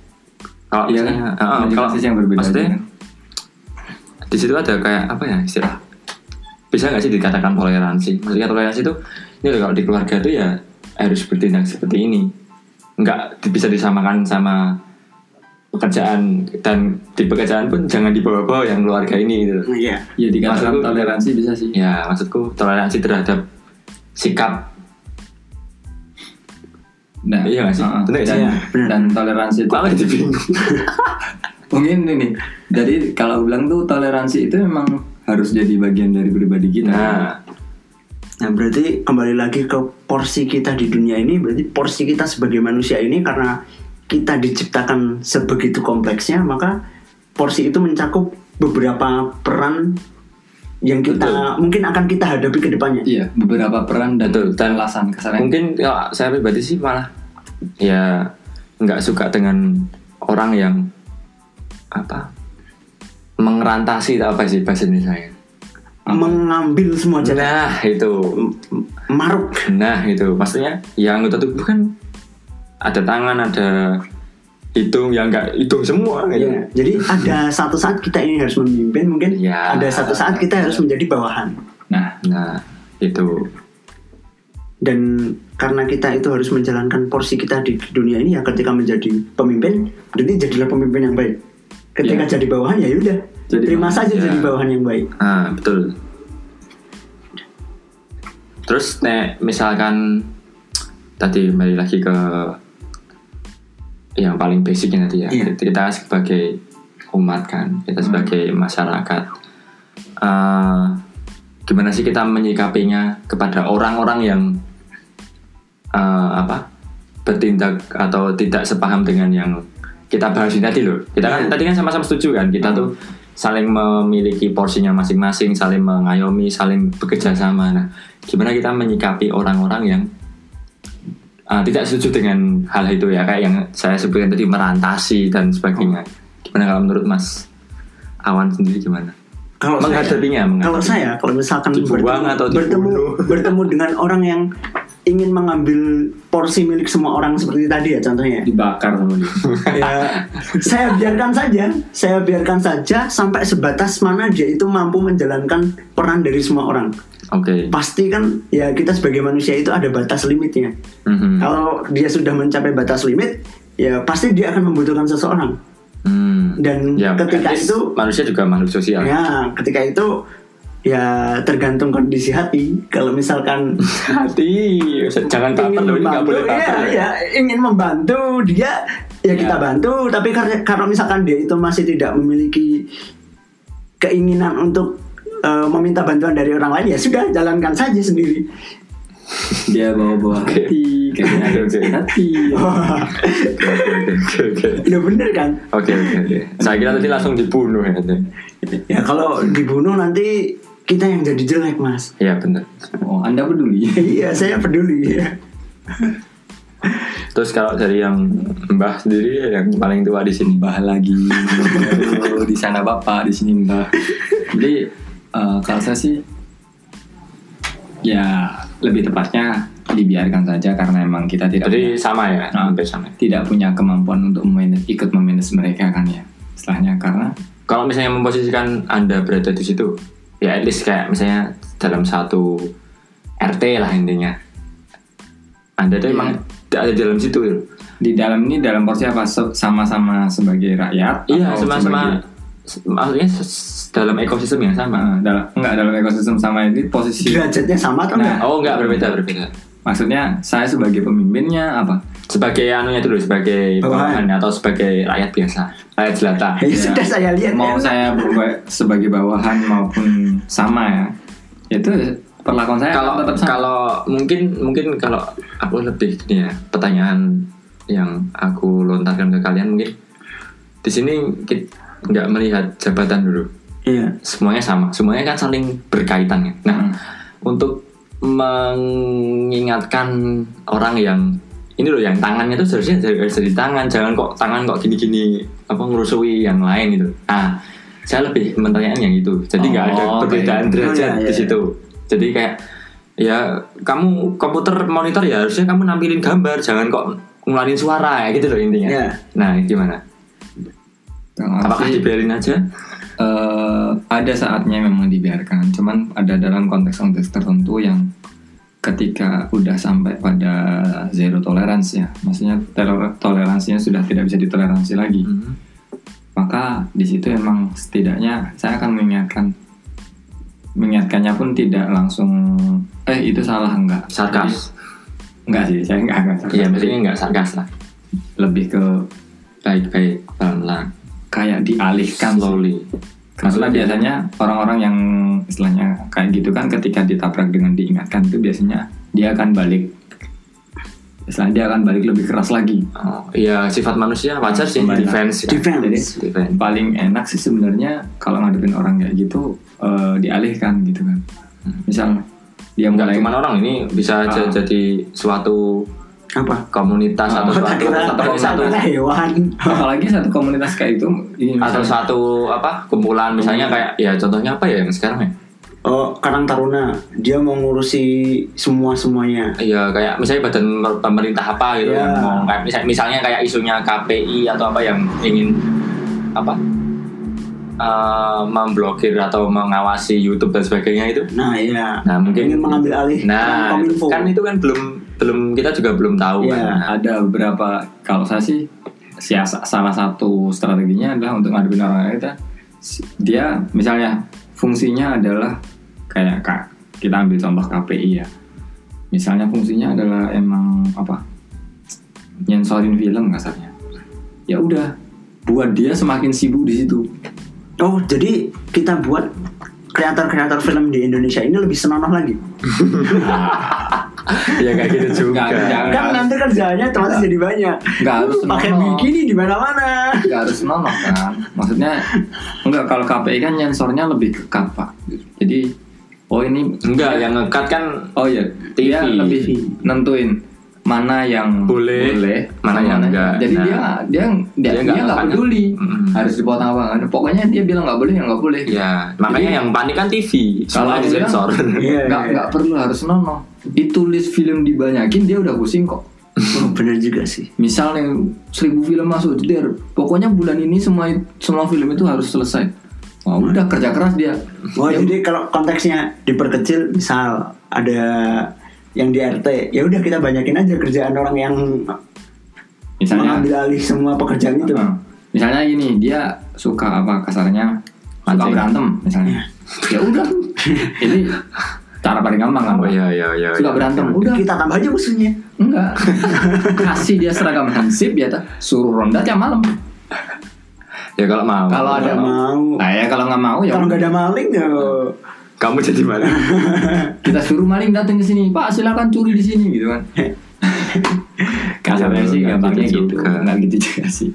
kalau sisi yang berbeda. Maksudnya di situ ada kayak apa ya istilah? Bisa nggak sih dikatakan toleransi? Maksudnya toleransi itu ini kalau di keluarga itu ya harus bertindak seperti ini. Nggak bisa disamakan sama pekerjaan, dan di pekerjaan pun jangan dibawa-bawa yang keluarga ini gitu. Iya. Ya dikatakan toleransi bisa sih. Ya maksudku toleransi terhadap sikap. Nah, iya nggak sih? Dan toleransi itu jadi bingung. Mungkin ini. Jadi kalau bilang tuh toleransi itu memang harus jadi bagian dari pribadi kita. Nah berarti kembali lagi ke porsi kita di dunia ini, berarti porsi kita sebagai manusia ini karena kita diciptakan sebegitu kompleksnya, maka porsi itu mencakup beberapa peran yang kita mungkin akan kita hadapi ke depannya. Iya, beberapa peran dan alasan kesalahan. Mungkin kalau saya pribadi sih malah ya nggak suka dengan orang yang mengerantasi atau apa sih bahasa Indonesia, mengambil semua jalan. Nah itu maruk. Nah itu maksudnya yang anggota tubuh kan ada tangan, ada hidung, yang nggak hidung semua gitu. Ya, jadi ada satu saat kita ini harus memimpin, mungkin ya, ada satu saat kita harus menjadi bawahan. Nah itu. Dan karena kita itu harus menjalankan porsi kita di dunia ini ya, ketika menjadi pemimpin, jadi jadilah pemimpin yang baik. Ketika jadi bawahan ya udah, terima saja jadi bawahan yang baik. Betul. Terus misalkan tadi kembali lagi ke yang paling basicnya tadi ya, kita sebagai umat kan, kita sebagai masyarakat, gimana sih kita menyikapinya kepada orang-orang yang bertindak atau tidak sepaham dengan yang kita bahas ini tadi loh. Kita kan tadi kan sama-sama setuju kan, kita tuh saling memiliki porsinya masing-masing, saling mengayomi, saling bekerja sama. Nah, gimana kita menyikapi orang-orang yang tidak setuju dengan hal itu ya, kayak yang saya sebutkan tadi, merantasi dan sebagainya. Gimana kalau menurut Mas Awan sendiri gimana? Kalau menghadapinya? Kalau misalkan bertemu dengan orang yang ingin mengambil porsi milik semua orang seperti tadi ya, contohnya dibakar sama dia. Ya, saya biarkan saja sampai sebatas mana dia itu mampu menjalankan peran dari semua orang. Pasti kan ya, kita sebagai manusia itu ada batas limitnya. Kalau dia sudah mencapai batas limit, ya pasti dia akan membutuhkan seseorang. Dan ya, ketika itu manusia juga makhluk sosial. Ya, ketika itu ya tergantung kondisi hati. Kalau misalkan hati jangan baper loh, ini nggak boleh baper. Ya, ingin membantu dia ya kita bantu. Tapi karena misalkan dia itu masih tidak memiliki keinginan untuk meminta bantuan dari orang lain, ya sudah, jalankan saja sendiri. Dia bawa-bawa hati, kayaknya hati. Ya bener kan? Oke. Saya kira tadi langsung dibunuh ya. Ya kalau dibunuh nanti kita yang jadi jelek, Mas. Iya benar. Oh, Anda peduli? Iya, saya peduli ya. Terus kalau dari yang Mbah sendiri, yang paling tua di sini, Mbah lagi. Di sana Bapak, di sini Mbah. Jadi kalau saya sih ya lebih tepatnya dibiarkan saja, karena emang kita tidak. Jadi sama ya, hampir sama. Tidak punya kemampuan untuk ikut memanage mereka kan ya, istilahnya. Karena kalau misalnya memposisikan Anda berada di situ, ya at least kayak misalnya dalam satu RT lah intinya, Anda tuh emang ada di dalam situ. Di dalam ini dalam porsi apa? Sama-sama sebagai rakyat? Iya, sama-sama. Maksudnya dalam ekosistem yang sama. Dalam ekosistem sama, ini posisi derajatnya sama atau enggak? Oh enggak, berbeda. Maksudnya saya sebagai pemimpinnya apa? Sebagai anunya dulu, sebagai bawahan atau sebagai rakyat biasa, rakyat jelata. Ya, sudah saya lihat. Mau saya sebagai bawahan maupun sama ya, itu perlakuan saya tetap sama. Kalau mungkin kalau aku lebih gini ya, pertanyaan yang aku lontarkan ke kalian, mungkin di sini nggak melihat jabatan dulu. Iya. Semuanya sama, semuanya kan saling berkaitan ya. Nah, untuk mengingatkan orang yang ini loh, yang tangannya tuh seharusnya dari tangan, jangan kok tangan kok gini-gini ngerusui yang lain gitu. Nah, saya lebih menanyakan yang itu. Jadi nggak ada perbedaan derajat di situ. Jadi kayak ya kamu komputer monitor ya harusnya kamu nampilin gambar, jangan kok ngeluarin suara ya gitu loh intinya. Yeah. Nah, gimana? Apakah dibiarin aja? Ada saatnya memang dibiarkan, cuman ada dalam konteks-konteks tertentu yang ketika udah sampai pada zero tolerance ya, maksudnya toleransinya sudah tidak bisa ditoleransi lagi. Maka di situ emang setidaknya saya akan mengingatkannya pun tidak langsung itu salah, enggak sarkas. Enggak sih, saya enggak. Iya, maksudnya enggak sarkas lah. Lebih ke baik-baik, pelan-pelan. Kayak dialihkan slowly. Maksudnya biasanya orang-orang yang istilahnya kayak gitu kan, ketika ditabrak dengan diingatkan itu biasanya dia akan balik misalnya dia akan balik lebih keras lagi. Oh, iya, sifat manusia wajar sih, defense. Jadi paling enak sih sebenarnya kalau ngadepin orang kayak gitu dialihkan gitu kan. Misal dia mulai cuma orang ini bisa jadi suatu komunitas atau satu hewan, apalagi satu komunitas kayak itu atau satu kumpulan misalnya kayak ya contohnya apa ya yang sekarang ya Karang Taruna, dia mau ngurusi semuanya. Iya, kayak misalnya badan pemerintah apa gitu yang mau kayak misalnya kayak isunya KPI atau apa yang ingin memblokir atau mengawasi YouTube dan sebagainya itu. Nah, iya. Nah, mungkin ingin mengambil alih. Nah, kan itu kan belum kita juga belum tahu kan. Ada beberapa, kalau saya sih salah satu strateginya adalah untuk ngadepin orang itu dia misalnya fungsinya adalah kayak kita ambil contoh KPI ya. Misalnya fungsinya adalah emang nyensorin film kasarnya. Ya udah, buat dia semakin sibuk di situ. Oh, jadi kita buat kreator-kreator film di Indonesia ini lebih senonoh lagi. Ya kayak gitu juga. Kan nanti kerjanya terus jadi banyak. Enggak harus pakai bikini di mana-mana. Enggak harus senonoh kan. Maksudnya enggak, kalau KPI kan nyensornya lebih ketat, Pak. Jadi ini enggak yang ngekat kan TV. Dia lebih nentuin mana yang boleh, mana yang enggak. Jadi dia enggak peduli harus dipotong apa kan. Pokoknya dia bilang enggak boleh, ya enggak boleh. Ya, makanya yang panik kan TV. Kalau disensor enggak perlu harus senonoh. Ditulis film dibanyakin dia udah pusing kok. Oh, benar juga sih. Misal yang 1000 film masuk jeder, pokoknya bulan ini semua film itu harus selesai. Wah, udah kerja keras dia. Jadi kalau konteksnya diperkecil, misal ada yang di RT, ya udah kita banyakin aja kerjaan orang yang misalnya mengambil alih semua pekerjaan itu. Misalnya gini, dia suka kasarnya suka berantem misalnya. Ya udah. Ini cara paling gampang kan. Iya. Suka berantem, udah kita tambah aja musuhnya. Enggak. Kasih dia seragam hansip ya, suruh ronda tiap malam. Ya kalau mau. Kalau ada mau. Nah ya kalau nggak mau ya. Kalau nggak ada maling ya. Kamu jadi maling. Kita suruh maling datang ke sini, Pak silakan curi di sini gitu kan. Kasarnya sih gampangnya gitu. Nggak gitu juga sih.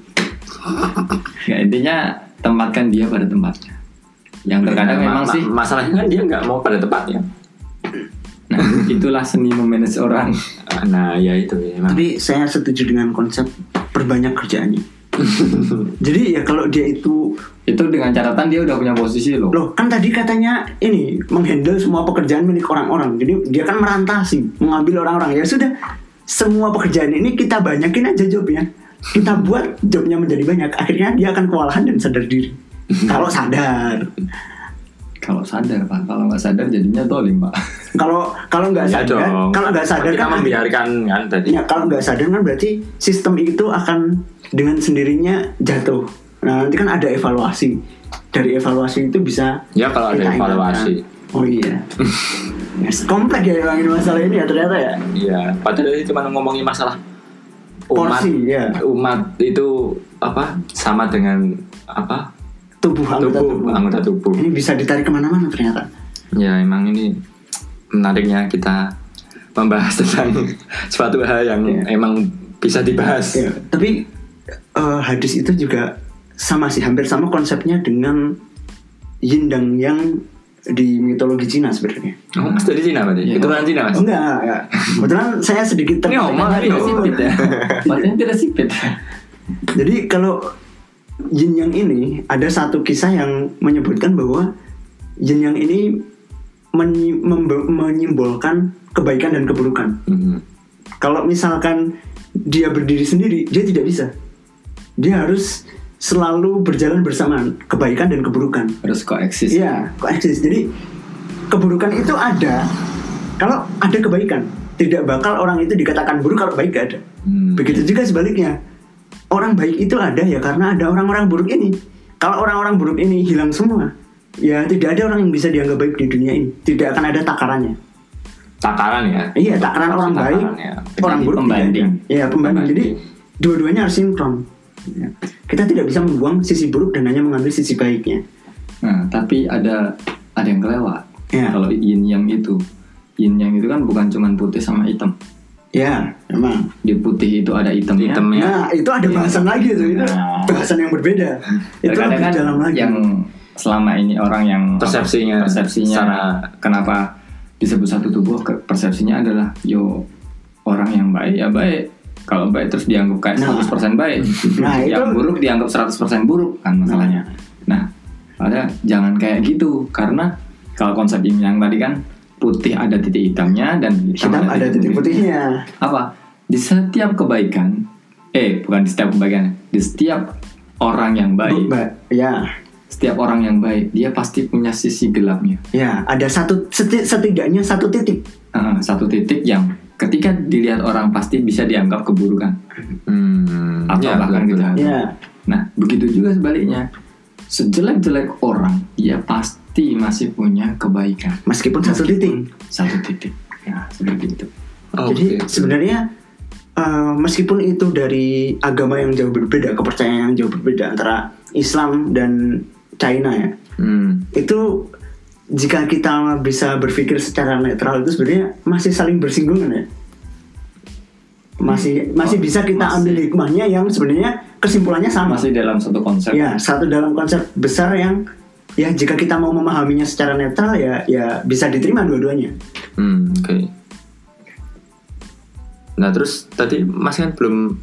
Ya, intinya tempatkan dia pada tempatnya. Yang terkadang memang sih masalahnya kan dia nggak mau pada tempatnya. Nah itulah seni memanage orang. Nah ya itu ya. Tapi saya setuju dengan konsep perbanyak kerjaannya. Jadi ya kalau dia itu dengan catatan dia udah punya posisi loh. Kan tadi katanya ini menghandle semua pekerjaan milik orang-orang. Jadi dia kan merantasi, mengambil orang-orang. Ya sudah, semua pekerjaan ini kita banyakin aja jobnya. Kita buat jobnya menjadi banyak. Akhirnya dia akan kewalahan dan sadar diri. Kalau sadar. Kalau sadar Pak, kalau nggak sadar jadinya dolim Pak. Kalau nggak sadar, kalau nggak sadar kan membiarkan kan tadi. Ya kalau nggak sadar kan berarti sistem itu akan dengan sendirinya jatuh. Nah nanti kan ada evaluasi. Dari evaluasi itu bisa. Ya kalau ada evaluasi. Oh iya. Kompleks ya ngomongin masalah ini ya ternyata ya. Iya. Padahal cuma ngomongin masalah umat. Porsi ya. Umat itu sama dengan anggota tubuh. Ini bisa ditarik kemana-mana ternyata. Ya emang ini menariknya kita membahas tentang suatu hal yang emang bisa dibahas. Ya, tapi hadis itu juga sama sih, hampir sama konsepnya dengan yin dan yang di mitologi Cina sebenarnya. Oh, mas dari Cina berarti? Keturunan Cina mas? Enggak. Kebetulan saya sedikit tidak sipit. Jadi kalau yin yang ini ada satu kisah yang menyebutkan bahwa yin yang ini menyimbolkan kebaikan dan keburukan. Kalau misalkan dia berdiri sendiri, dia tidak bisa. Dia harus selalu berjalan bersamaan, kebaikan dan keburukan. Harus koeksis. Iya, koeksis. Jadi keburukan itu ada kalau ada kebaikan. Tidak bakal orang itu dikatakan buruk kalau baik gak ada. Begitu juga sebaliknya. Orang baik itu ada ya karena ada orang-orang buruk ini. Kalau orang-orang buruk ini hilang semua, ya tidak ada orang yang bisa dianggap baik di dunia ini. Tidak akan ada takarannya. Takaran ya? Iya, takaran orang baik, orang buruk pembanding. Iya, pembanding. Jadi dua-duanya harus sinkron. Ya. Kita tidak bisa membuang sisi buruk dan hanya mengambil sisi baiknya. Nah, tapi ada yang kelewat. Ya. Kalau yin yang itu kan bukan cuma putih sama hitam. Ya, memang. Di putih itu ada hitamnya. Nah, itu ada bahasan lagi tuh. Itu bahasan yang berbeda. Itu lebih kan dalam lagi. Yang selama ini orang yang persepsinya kenapa disebut satu tubuh, persepsinya adalah orang yang baik ya baik. Kalau baik terus dianggap kayak 100% baik. Nah, yang buruk dianggap 100% buruk kan masalahnya. Nah, jangan kayak gitu, karena kalau konsep ini yang tadi kan putih ada titik hitamnya dan hitam ada titik putihnya. Apa? Di setiap kebaikan, bukan di setiap kebaikan, di setiap orang yang baik. Setiap orang yang baik, dia pasti punya sisi gelapnya. Ya, ada setidaknya satu titik. Satu titik yang ketika dilihat orang pasti bisa dianggap keburukan. Atau bahkan kejahatan. Ya. Nah, begitu juga sebaliknya. Sejelek-jelek orang, dia pasti masih punya kebaikan. Meskipun satu titik. Satu titik. Ya, seperti itu. Jadi sebenarnya meskipun itu dari agama yang jauh berbeda, kepercayaan yang jauh berbeda antara Islam dan China ya. Itu jika kita bisa berpikir secara netral itu sebenarnya masih saling bersinggungan ya. Masih bisa kita ambil hikmahnya yang sebenarnya kesimpulannya sama. Masih dalam satu konsep. Ya, satu dalam konsep besar yang ya jika kita mau memahaminya secara netral ya bisa diterima dua-duanya. Oke. Nah, terus tadi Mas kan belum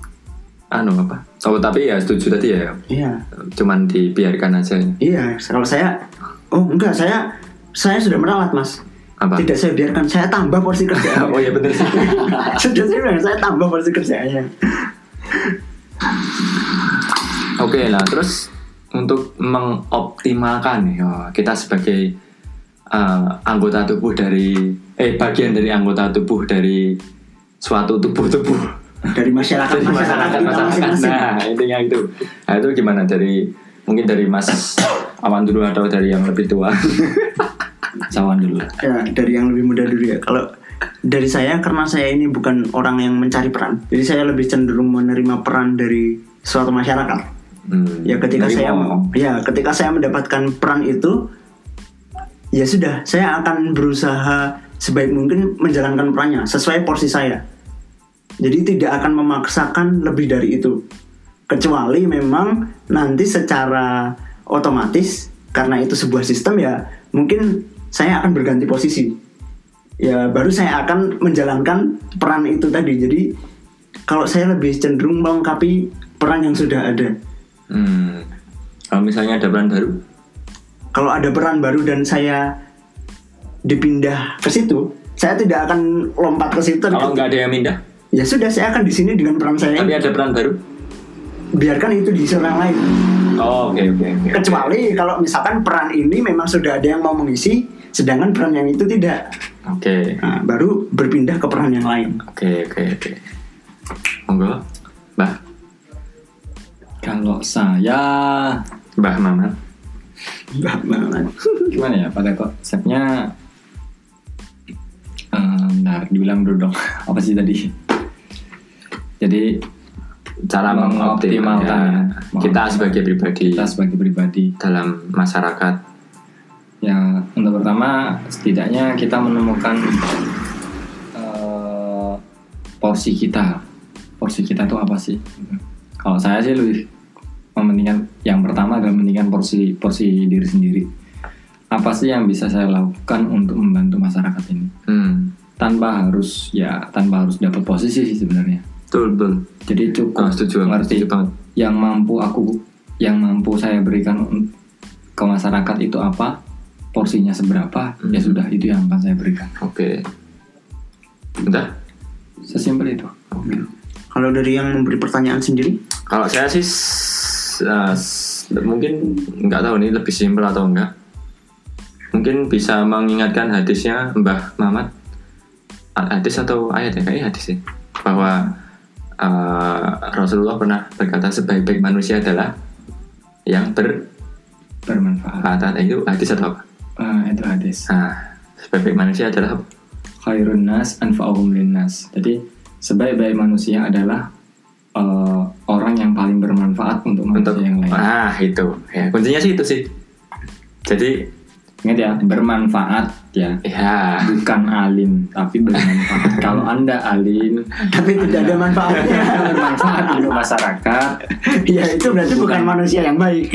tapi ya setuju tadi ya. Iya. Cuman dibiarkan aja. Iya, kalau saya saya sudah meralat, Mas. Apa? Tidak saya biarkan, saya tambah porsi kerjaan. Oh iya benar sih. Sudah saya bilang saya tambah porsi kerjaannya. Oke, nah terus untuk mengoptimalkan kita sebagai anggota tubuh dari bagian dari anggota tubuh dari suatu tubuh dari masyarakat kita masing-masing. Nah, intinya itu. Nah, itu gimana mungkin dari Mas Awan dulu atau dari yang lebih tua? Awan dulu. Ya, dari yang lebih muda dulu ya. Kalau dari saya, karena saya ini bukan orang yang mencari peran, jadi saya lebih cenderung menerima peran dari suatu masyarakat. Ya ketika saya mendapatkan peran itu, ya sudah, saya akan berusaha sebaik mungkin menjalankan perannya sesuai porsi saya. Jadi tidak akan memaksakan lebih dari itu, kecuali memang nanti secara otomatis karena itu sebuah sistem ya mungkin saya akan berganti posisi. Ya baru saya akan menjalankan peran itu tadi. Jadi kalau saya lebih cenderung melengkapi peran yang sudah ada. Kalau misalnya ada peran baru? Kalau ada peran baru dan saya dipindah ke situ, saya tidak akan lompat ke situ. Kalau nggak ada yang pindah? Ya sudah, saya akan di sini dengan peran saya. Tapi ada peran baru? Biarkan itu diisi orang lain. Oh, oke. Kecuali kalau misalkan peran ini memang sudah ada yang mau mengisi, sedangkan peran yang itu tidak. Oke. Nah, baru berpindah ke peran yang lain. Oke. Monggo, Mbah. Kalau saya, Mbah Mamat. Gimana ya? Pada konsepnya, dibilang dulu dong. Apa sih tadi? Jadi cara mengoptimalkan kita sebagai pribadi dalam masyarakat. Ya, untuk pertama setidaknya kita menemukan porsi kita itu apa sih? Kalau saya sih lebih mementingkan yang pertama adalah mementingkan porsi diri sendiri. Apa sih yang bisa saya lakukan untuk membantu masyarakat ini? Tanpa harus dapat posisi sih sebenarnya. Betul. Jadi cukup ngerti yang mampu saya berikan ke masyarakat itu apa, porsinya seberapa, ya sudah itu yang akan saya berikan. Oke. Udah? Sesimpel itu. Oke. Kalau dari yang memberi pertanyaan sendiri? Kalau saya sih mungkin nggak tahu ini lebih simpel atau enggak. Mungkin bisa mengingatkan hadisnya Mbah Mamat. Hadis atau ayat ya? Kayaknya hadis sih. Bahwa Rasulullah pernah berkata sebaik-baik manusia adalah yang bermanfaat. Itu hadis atau apa? Itu hadis. Sebaik-baik manusia adalah apa? Khairun nas anfa'uhum linnas. Jadi sebaik-baik manusia adalah orang yang paling bermanfaat untuk manusia yang lain. Itu ya kuncinya sih itu sih. Jadi Ingat ya, bermanfaat ya. Ya. Bukan alim, tapi bermanfaat. Kalau Anda alim tapi tidak ada manfaatnya. bermanfaat untuk masyarakat. Ya itu berarti bukan manusia yang baik.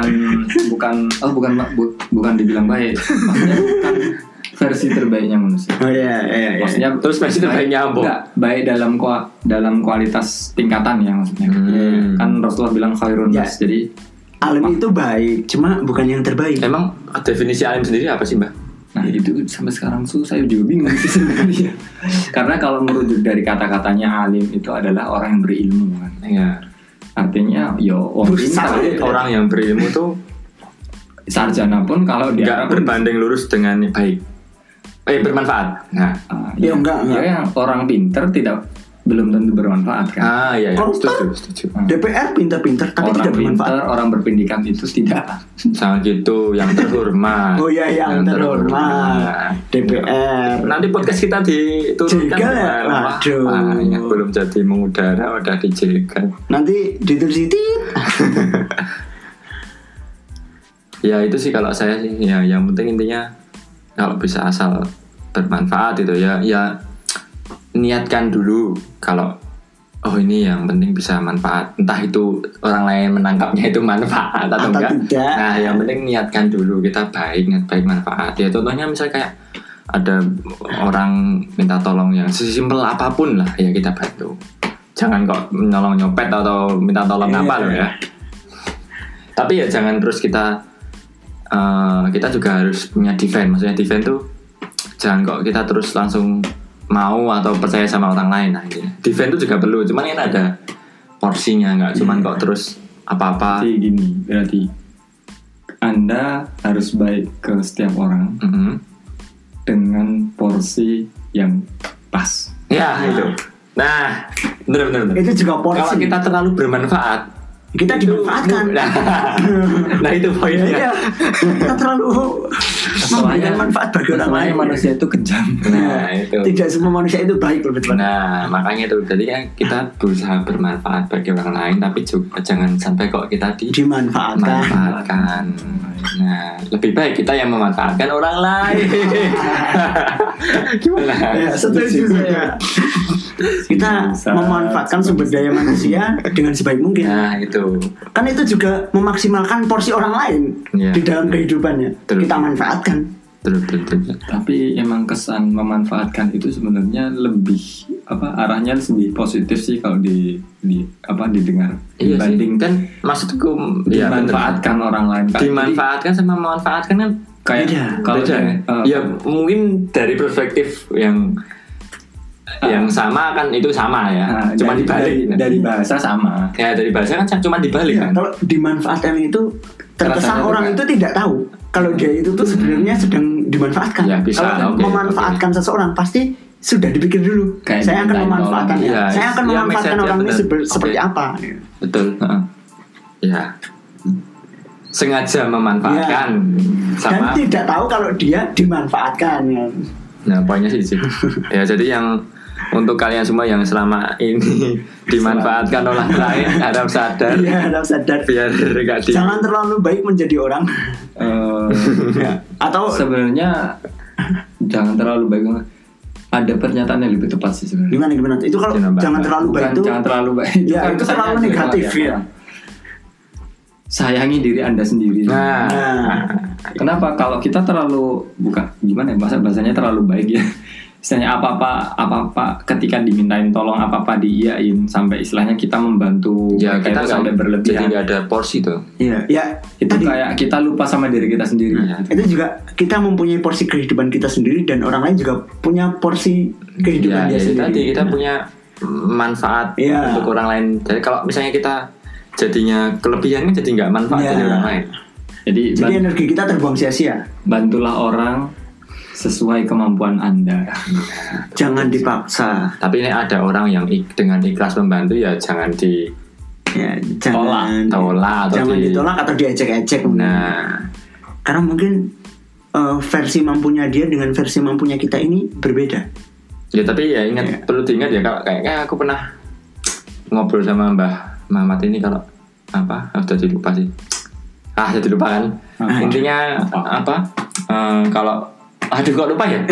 Bukan dibilang baik. Maksudnya bukan versi terbaiknya manusia. Oh iya. Maksudnya Terus versi terbaiknya apa? Enggak, baik dalam kualitas tingkatan ya maksudnya. Kan Rasulullah bilang khairun nas. Jadi alim itu baik, cuma bukan yang terbaik. Emang definisi alim sendiri apa sih, Mbak? Nah itu sampai sekarang saya juga bingung sih sebenarnya. Karena kalau merujuk dari kata-katanya alim itu adalah orang yang berilmu kan. Iya. Artinya Orang yang berilmu tuh sarjana pun kalau dia nggak berbanding lurus dengan baik. Bermanfaat. Nah, enggak. Ya orang pinter belum tentu bermanfaat kan. Iya. Setuju. DPR pintar-pintar tapi orang tidak bermanfaat. Pinter, orang berpendidikan itu tidak. Sama gitu, yang terhormat. Oh iya, yang terhormat. DPR. Nanti podcast kita diturunkan. Jegal ya? Waduh. Yang belum jadi mengudara udah dijegal. Nanti ditulis-tulis. Ya itu sih kalau saya sih. Ya yang penting intinya kalau bisa asal bermanfaat itu ya niatkan dulu kalau ini yang penting bisa manfaat, entah itu orang lain menangkapnya itu manfaat atau enggak. Nah yang penting niatkan dulu kita niat baik manfaat. Ya contohnya misalnya kayak ada orang minta tolong yang sesimpel apapun lah ya kita bantu. Jangan kok nolong nyopet atau minta tolong apa loh ya. Tapi ya jangan terus kita juga harus punya defense. Maksudnya defense tuh jangan kok kita terus langsung mau atau percaya sama orang lain. Nah, defense itu juga perlu, cuman kan ada porsinya, nggak cuman kok terus apa-apa. Jadi gini, berarti Anda harus baik ke setiap orang dengan porsi yang pas. Ya itu. Nah, benar. Itu juga porsi. Kalau kita terlalu bermanfaat, kita dimanfaatkan. Nah itu poinnya. Kita terlalu memberikan manfaat bagi orang lain. Manusia itu kejam. Nah itu. Tidak semua manusia itu baik loh betul. Nah makanya itu. Jadi kan kita berusaha bermanfaat bagi orang lain, tapi juga jangan sampai kok kita dimanfaatkan. Nah lebih baik kita yang memanfaatkan orang lain. Gimana? Ya, setuju saya. Kita memanfaatkan sumber daya manusia dengan sebaik mungkin. Nah itu. Kan itu juga memaksimalkan porsi orang lain di dalam kehidupannya. Betul. Kita manfaatkan. Betul. Tapi emang kesan memanfaatkan itu sebenarnya lebih arahnya lebih positif sih kalau didengar. Iya dibanding kan maksudku dimanfaatkan orang lain. Dimanfaatkan sama memanfaatkan kan kayak kalau ya mungkin dari perspektif yang sama kan itu sama ya. Cuma dibalik dari bahasa sama. Ya dari bahasa kan cuma dibalik kan. Kalau dimanfaatkan itu terkesan orang itu tidak tahu kalau dia itu tuh sebenarnya sedang dimanfaatkan. Ya, bisa, kalau memanfaatkan seseorang pasti sudah dipikir dulu. Saya akan memanfaatkan saya akan memanfaatkan orang ini seperti apa. Betul. Ya. Sengaja memanfaatkan sama. Dan tidak tahu kalau dia dimanfaatkan. Nah poinnya sih. Ya jadi yang untuk kalian semua yang selama ini dimanfaatkan oleh lain harap sadar. Iya, harap sadar. Biar jangan terlalu baik menjadi orang. Atau sebenarnya jangan terlalu baik. Ada pernyataan yang lebih tepat sih sebenarnya. Gimana? Itu kalau jangan terlalu baik itu. Jangan terlalu baik. Ya, itu terlalu negatif ya. Sayangi diri Anda sendiri. Nah. Kenapa kalau kita terlalu bahasanya terlalu baik ya. Misalnya apa-apa ketika dimintain tolong apa-apa diiyain sampai istilahnya kita membantu kita sampai berlebihan. Jadi nggak ada porsi tuh. Iya. Itu kayak kita lupa sama diri kita sendiri. Itu juga kita mempunyai porsi kehidupan kita sendiri dan orang lain juga punya porsi kehidupan dia sendiri. Tadi kita punya manfaat untuk orang lain. Jadi kalau misalnya kita jadinya kelebihan kan jadi nggak manfaat dari orang lain. Jadi energi kita terbuang sia-sia. Bantulah orang sesuai kemampuan Anda. Jangan dipaksa. Tapi ini ada orang yang dengan ikhlas membantu ya jangan tolak atau jangan ditolak atau diejek-ejek. Nah, karena mungkin versi mampunya dia dengan versi mampunya kita ini berbeda. Ya tapi ya perlu diingat ya kalau kayak aku pernah ngobrol sama Mbah Mamat ini kalau jadi lupa sih. Jadi lupa kan. Intinya apa? Kalau aduh kok lupa ya?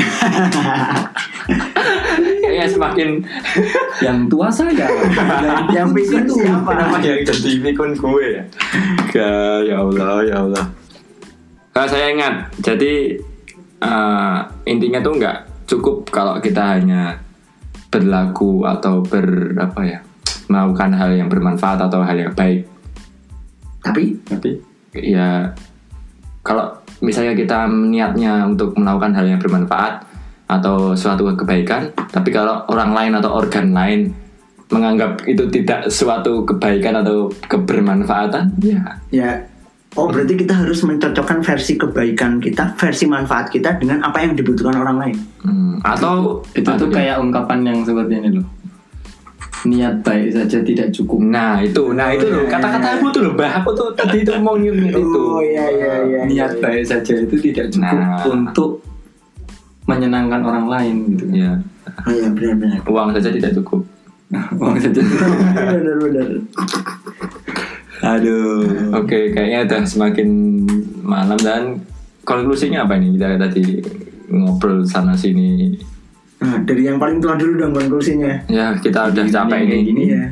Kayaknya semakin yang tua saya. yang pikun siapa? Nama yang jadi pikun gue ya. Ya Allah. Nah, saya ingat. Jadi intinya tuh nggak cukup kalau kita hanya berlaku atau melakukan hal yang bermanfaat atau hal yang baik. Tapi ya kalau misalnya kita niatnya untuk melakukan hal yang bermanfaat atau suatu kebaikan, tapi kalau orang lain atau organ lain menganggap itu tidak suatu kebaikan atau kebermanfaatan, ya. Oh, berarti kita harus mencocokkan versi kebaikan kita, versi manfaat kita dengan apa yang dibutuhkan orang lain. Atau itu tuh kayak ungkapan yang seperti ini loh. Niat baik saja tidak cukup. Nah itu loh kata-kata aku tuh loh, aku tuh tadi itu mau nyuruh itu. Oh iya. Niat baik saja itu tidak cukup untuk menyenangkan orang lain gitu. Ya. Oh iya benar. Uang saja tidak cukup. Uang saja. Benar. Aduh. Oke, kayaknya udah semakin malam dan konklusinya apa nih? Kita tadi ngobrol sana sini. Nah, dari yang paling tua dulu dong konklusinya. Ya, kita udah capek ini. Gini ya.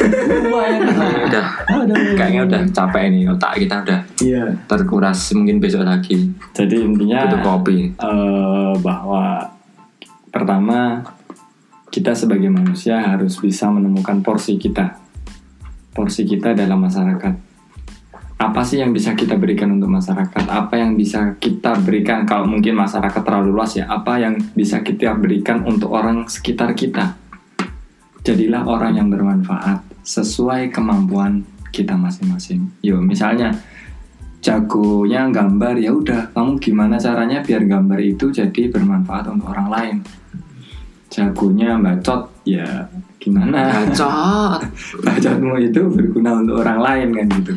Kayaknya udah capek ini, otak kita udah terkuras, mungkin besok lagi. Jadi intinya butuh kopi. Bahwa pertama kita sebagai manusia harus bisa menemukan porsi kita dalam masyarakat. Apa sih yang bisa kita berikan untuk masyarakat? Apa yang bisa kita berikan kalau mungkin masyarakat terlalu luas ya? Apa yang bisa kita berikan untuk orang sekitar kita? Jadilah orang yang bermanfaat sesuai kemampuan kita masing-masing. Yo, misalnya jagonya gambar, ya udah, kamu gimana caranya biar gambar itu jadi bermanfaat untuk orang lain? Jagonya bacot, ya gimana? Bacotmu itu berguna untuk orang lain kan gitu.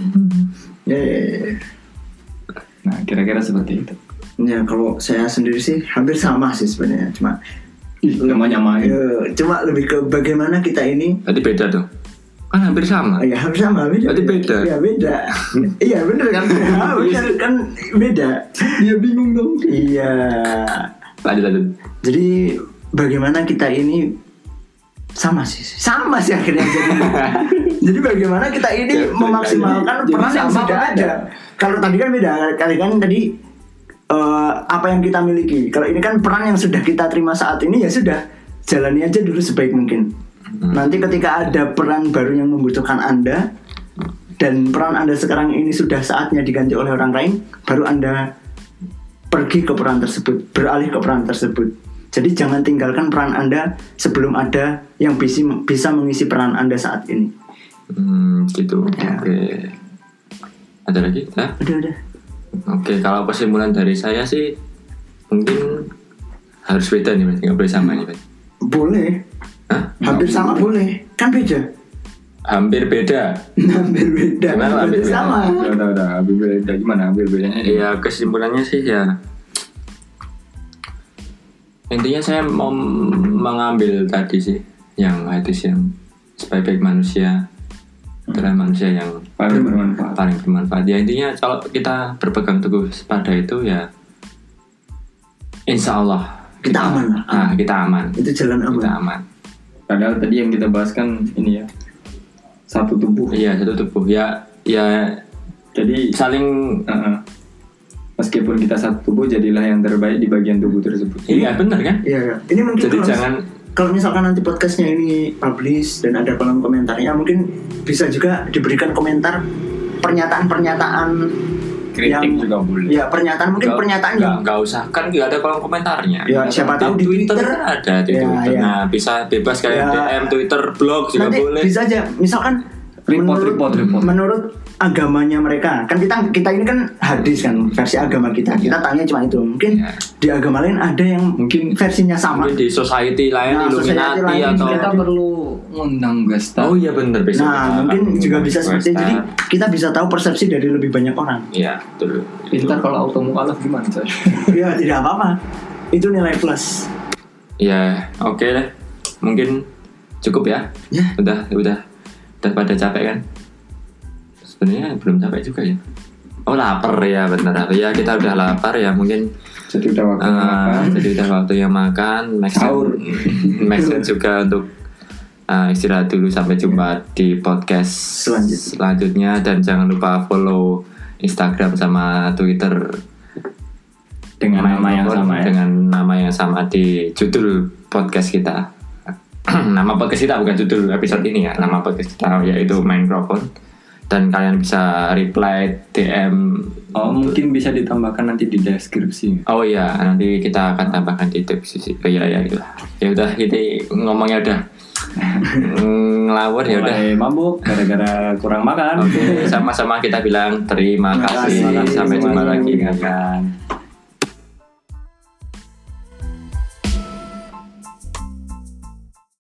Nah, kira-kira seperti itu. Ya, kalau saya sendiri sih hampir sama sih sebenarnya, cuma nyamain. Cuma lebih ke bagaimana kita ini. Tadi beda dong. Kan hampir sama. Iya, hampir sama, beda. Tadi beda. Iya, beda. Iya, bener kan? Bener kan beda. Dia bingung dong. Iya. Lanjut. Jadi bagaimana kita ini sama sih akhirnya jadi bagaimana kita ini memaksimalkan peran yang sudah ada. Kalau tadi kan beda, tadi apa yang kita miliki. Kalau ini kan peran yang sudah kita terima saat ini, ya sudah, jalani aja dulu sebaik mungkin. Nanti ketika ada peran baru yang membutuhkan Anda dan peran Anda sekarang ini sudah saatnya diganti oleh orang lain, baru Anda pergi ke peran tersebut, beralih ke peran tersebut. Jadi jangan tinggalkan peran Anda sebelum ada yang bisa mengisi peran Anda saat ini. Gitu. Ya. Oke. Ada lagi? Udah. Oke, kalau kesimpulan dari saya sih mungkin harus beda nih, nggak boleh sama nih. Boleh. Hah? Hampir sama boleh. Kan beda. Hampir beda. Gimana hampir beda? Sama. Udah. Hampir beda gimana? Hampir bedanya? Iya, kesimpulannya sih ya. Intinya saya mau mengambil tadi sih yang hadis yang sebaik manusia adalah manusia yang paling bermanfaat. Ya intinya kalau kita berpegang teguh pada itu ya insya Allah kita aman. Kita aman. Itu jalan aman. Kita aman. Padahal tadi yang kita bahas kan ini ya, satu tubuh. Iya, satu tubuh. Ya jadi saling meskipun kita satu tubuh, jadilah yang terbaik di bagian tubuh tersebut. Iya, benar kan? Iya. Ini mungkin kalau misalkan nanti podcastnya ini publish dan ada kolom komentarnya, mungkin bisa juga diberikan komentar pernyataan-pernyataan kritik yang, juga boleh. Ya, pernyataan nggak usah, kan nggak ada kolom komentarnya. Ya, siapa tahu di Twitter ada di Twitter. Ya. Nah, bisa bebas kalian DM, Twitter, blog juga nanti boleh. Bisa aja, misalkan report. Menurut agamanya mereka, kan kita ini kan hadis kan, versi agama kita tanya cuma itu. Mungkin di agama lain ada yang mungkin versinya sama. Mungkin di society lain, Illuminati atau kita perlu ngundang guest. Oh iya benar, bisa. Nah, mungkin juga bisa seperti itu. Jadi kita bisa tahu persepsi dari lebih banyak orang. Iya, betul. Ntar kalau auto mukalaf gimana, coy? Ya, tidak apa-apa. Itu nilai plus. Ya, oke deh. Mungkin cukup ya. Udah pada capek kan? Sebenarnya belum capek juga ya. Oh lapar ya, benar. Ya kita udah lapar ya, mungkin jadi udah waktunya makan. Jadi udah waktunya makan. Sahur. Make sense juga untuk istirahat dulu. Sampai jumpa di podcast selanjutnya. Dan jangan lupa follow Instagram sama Twitter dengan nama yang sama ya? Dengan nama yang sama di judul podcast kita. Nama podcast kita bukan judul episode ini ya. Nama podcast kita yaitu Mikrofon. Dan kalian bisa reply DM. Oh mungkin bisa ditambahkan nanti di deskripsi. Oh iya, nanti kita akan tambahkan di deskripsi. Oh iya ya itulah. Ya udah kita ngomongnya udah ngelawar ya udah. Mabuk gara-gara kurang makan. Oke, sama-sama kita bilang terima kasih. Sampai jumpa lagi.